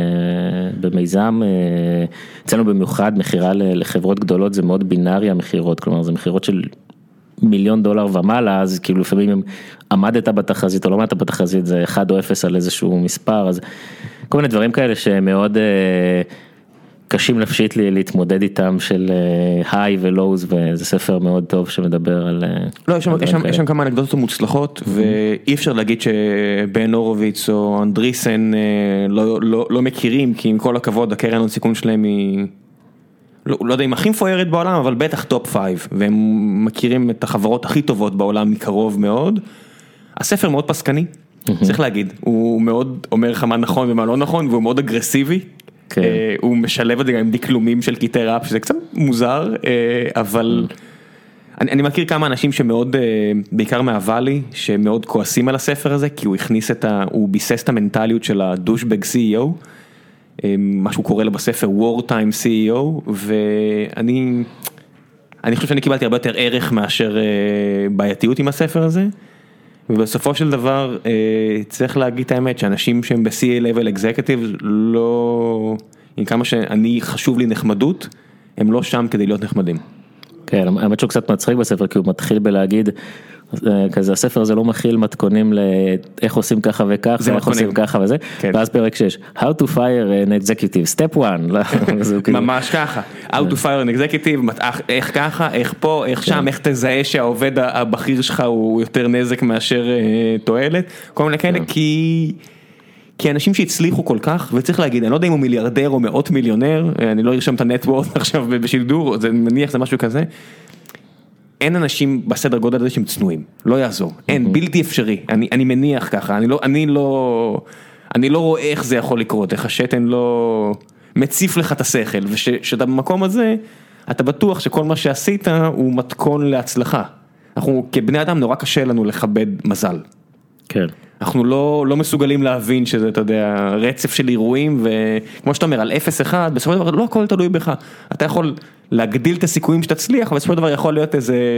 במיזם, אצלנו במיוחד מחירה לחברות גדולות זה מאוד בינארי המחירות, כלומר זה מחירות של $1,000,000 ומעלה, אז כאילו לפעמים אם עמדת בתחזית או לא עמדת בתחזית זה 1 או 0 על איזשהו מספר, אז כל מיני דברים כאלה שמאוד קשים נפשית לי להתמודד איתם של היי ולואוז, וזה ספר מאוד טוב שמדבר על... לא, יש שם כמה אנקדוטות מוצלחות, ואי אפשר להגיד שבן הורוביץ או אנדריסן לא מכירים, כי עם כל הכבוד הקרן הון סיכון שלהם היא... לא יודע אם הכי מפוארת בעולם, אבל בטח טופ 5, והם מכירים את החברות הכי טובות בעולם מקרוב מאוד. הספר מאוד פסקני, צריך להגיד, הוא מאוד אומר לך מה נכון ומה לא נכון, והוא מאוד אגרסיבי. הוא משלב את זה גם עם דקלומים של קטעי ראפ, שזה קצת מוזר, אבל אני מכיר כמה אנשים שמאוד, בעיקר מהוואלי, שמאוד כועסים על הספר הזה, כי הוא ביסס את המנטליות של הדושבג CEO, מה שהוא קורא לו בספר Wartime CEO, ואני חושב שאני קיבלתי הרבה יותר ערך מאשר בעייתיות עם הספר הזה, ובסופו של דבר צריך להגיד את האמת שאנשים שהם ב-C-Level Executive לא, עם כמה שאני חשוב לי נחמדות, הם לא שם כדי להיות נחמדים. כן, האמת שהוא קצת מצחיק בספר, כי הוא מתחיל בלהגיד, כזה הספר הזה לא מכיל מתכונים לאיך עושים ככה וכך, איך עושים ככה וזה, ואז פרק 6, How to fire an executive, step 1. ממש ככה, How to fire an executive, איך ככה, איך פה, איך שם, איך תזהה שהעובד הבכיר שלך הוא יותר נזק מאשר תועלת, כל מיני כאלה, כי אנשים שהצליחו כל כך, וצריך להגיד, אני לא יודע אם הוא מיליארדר או מאות מיליונר, אני לא ארשם את הנטוורת עכשיו בשידור, זה מניח זה משהו כזה, אין אנשים בסדר גודל הזה שהם צנועים, לא יעזור, אין, בלתי אפשרי, אני מניח ככה, אני לא רואה איך זה יכול לקרות, איך השתן לא מציף לך את השכל, ושאתה במקום הזה, אתה בטוח שכל מה שעשית הוא מתכון להצלחה. אנחנו כבני אדם נורא קשה לנו לכבד מזל. כן. אנחנו לא מסוגלים להבין שזה, אתה יודע, רצף של אירועים, וכמו שאתה אומר, על 0-1, בסופו של דבר לא הכל תלוי בך. אתה יכול להגדיל את הסיכויים שתצליח, אבל בסופו של דבר יכול להיות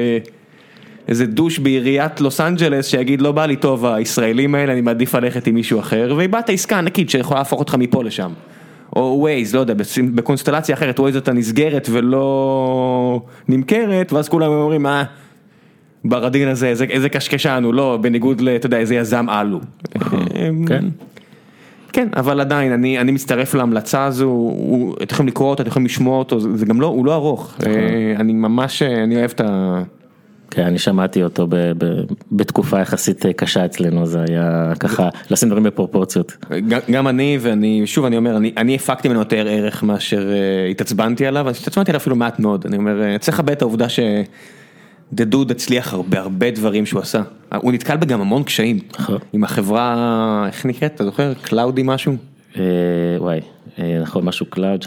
איזה דוש בעיריית לוס אנג'לס, שיגיד, לא בא לי טוב, הישראלים האלה, אני מעדיף ללכת עם מישהו אחר, ובאת עסקה ענקית שיכולה להפוך אותך מפה לשם. או ווייז, לא יודע, בקונסטלציה אחרת, ווייז אתה נסגרת ולא נמכרת, ואז כולם אומרים, ברדין הזה, איזה קשקשן הוא, לא, בניגוד אתה יודע, איזה יזם עלו. כן. כן, אבל עדיין, אני מצטרף להמלצה הזו, אתם יכולים לקרוא אותו, אתם יכולים לשמוע אותו, זה גם לא, הוא לא ארוך. אני ממש, אני אוהב את ה... כן, אני שמעתי אותו בתקופה יחסית קשה אצלנו, זה היה ככה, לשים דברים בפרופורציות. גם אני, שוב אני אומר, אני הפקתי ממנו יותר ערך מאשר התעצבנתי עליו, אז התעצבנתי עליו אפילו מעט מאוד, אני אומר, צריך לכבד את העובדה דוד הצליח הרבה דברים שהוא עשה. הוא נתקל בגם המון קשיים. עם החברה, איך נקראת, אתה זוכר? קלאודי משהו? וואי, נכון, משהו קלאוד,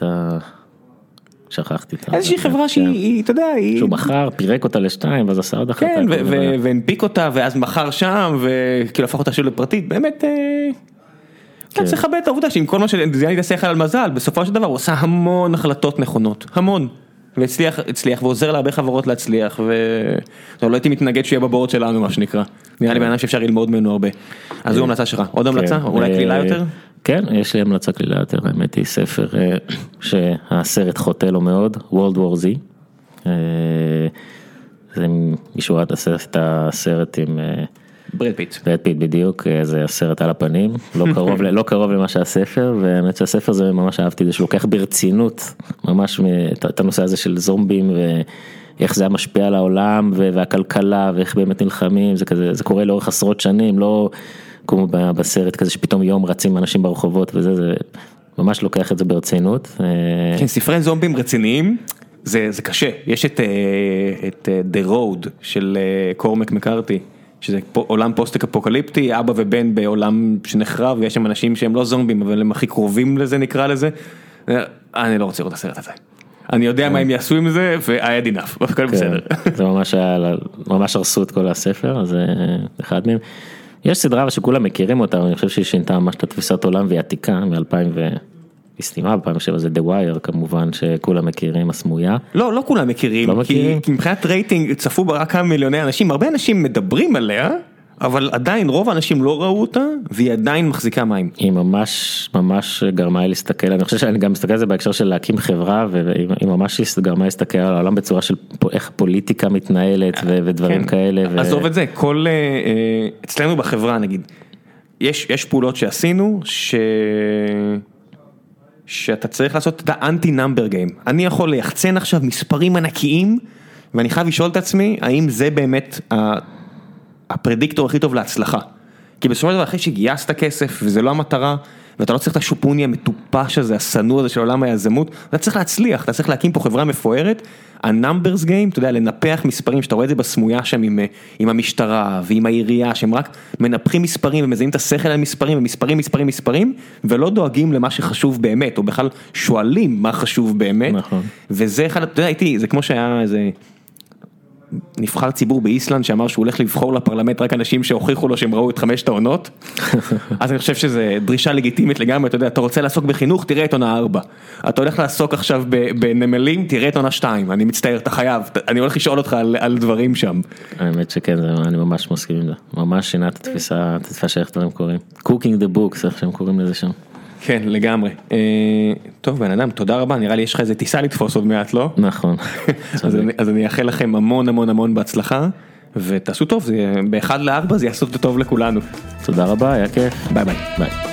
שכחתי את זה. איזושהי חברה שהיא, אתה יודע, שהוא בחר, פירק אותה לשתיים, ואז עשה עוד אחת. כן, והנפיק אותה, ואז מחר שם, וכאילו הפך אותה שוב לפרטית. באמת, אתה צריך לכבד את העובדה, שעם כל מה שזיין יתעשה על מזל, בסופו של דבר הוא עושה המון החלטות נכונות. המון. והצליח, ועוזר להרבה חברות להצליח, לא הייתי מתנגד שיהיה בבורד שלנו, מה שנקרא. נראה לי בעניין שאפשר ללמוד ממנו הרבה. אז זו המלצה שלך. עוד המלצה? אולי כלילה יותר? כן, יש לי המלצה כלילה יותר. האמת היא ספר שהסרט חוטא לו מאוד, World War Z. זה מישהו עד את הסרט עם... ברד פיט. ברד פיט בדיוק, זה הסרט על הפנים, לא קרוב למה שהספר, והאמת שהספר זה ממש אהבתי, זה שלוקח ברצינות, ממש את הנושא הזה של זומבים, ואיך זה משפיע על העולם, והכלכלה, ואיך באמת נלחמים, זה קורה לאורך עשרות שנים, לא כמו בסרט כזה שפתאום יום רצים אנשים ברחובות, וזה ממש לוקח את זה ברצינות. כן, ספרי זומבים רציניים, זה קשה, יש את The Road של קורמק מקארתי, שזה עולם פוסט-אפוקליפטי, אבא ובן בעולם שנחרב, ויש שם אנשים שהם לא זומבים, אבל הם הכי קרובים לזה, נקרא לזה, אני לא רוצה לראות את הסרט הזה. אני יודע מה הם יעשו עם זה, והיה enough, הכל בסדר. זה ממש הרסו את כל הספר, אז אחד מהם. יש סדרה שכולם מכירים אותה, אני חושב שהיא שינתה ממש את התפיסת עולם, והיא עתיקה, ב-2007 זה The Wire כמובן, שכולם מכירים, הסמויה. לא כולם מכירים, כי מבחינת רייטינג צפו בה רק כמה מיליוני אנשים, הרבה אנשים מדברים עליה, אבל עדיין רוב האנשים לא ראו אותה, והיא עדיין מחזיקה מים. היא ממש גרמה לי להסתכל, אני חושב שאני גם מסתכל על זה בהקשר של להקים חברה, והיא ממש גרמה להסתכל על העולם בצורה של איך פוליטיקה מתנהלת ודברים כאלה. עזוב את זה, אצלנו בחברה נגיד, יש פעולות שעשינו, שאתה צריך לעשות את האנטי-נאמבר גיים. אני יכול ליחצן עכשיו מספרים ענקיים, ואני חייב לשאול את עצמי, האם זה באמת הפרדיקטור הכי טוב להצלחה. כי בסופו של דבר אחרי שגייסת כסף, וזה לא המטרה, ואתה לא צריך את השופוני המטופש הזה, הסנוע הזה של עולם היזמות, אתה צריך להצליח, אתה צריך להקים פה חברה מפוארת, הנאמברס גיים, אתה יודע, לנפח מספרים, שאתה רואה את זה בסמויה שם עם המשטרה, ועם העירייה, שהם רק מנפחים מספרים, ומזהים את השכל על מספרים, ומספרים, ולא דואגים למה שחשוב באמת, או בכלל שואלים מה חשוב באמת, נכון. וזה אחד, אתה יודע, זה כמו שהיה איזה נבחר ציבור באיסלנד שאמר שהוא הולך לבחור לפרלמנט רק אנשים שהוכיחו לו שהם ראו את 5 העונות, אז אני חושב שזה דרישה לגיטימית לגמרי, אתה יודע, אתה רוצה לעסוק בחינוך, תראה את עונה 4, אתה הולך לעסוק עכשיו בנמלים, תראה את עונה 2, אני מצטער, אתה חייב, אני הולך לשאול אותך על דברים שם. האמת שכן, אני ממש מסכים עם זה, ממש שינה את התפיסה שאיך דברים קוראים, cooking the books, איך שהם קוראים לזה שם. כן, לגמרי. טוב, בן אדם, תודה רבה, נראה לי יש לך איזה טיסה לתפוס עוד מעט, לא? נכון. אז אני אאחל לכם המון בהצלחה, ותעשו טוב, ב1-4 זה יעשו טוב לכולנו. תודה רבה, היה כיף. ביי.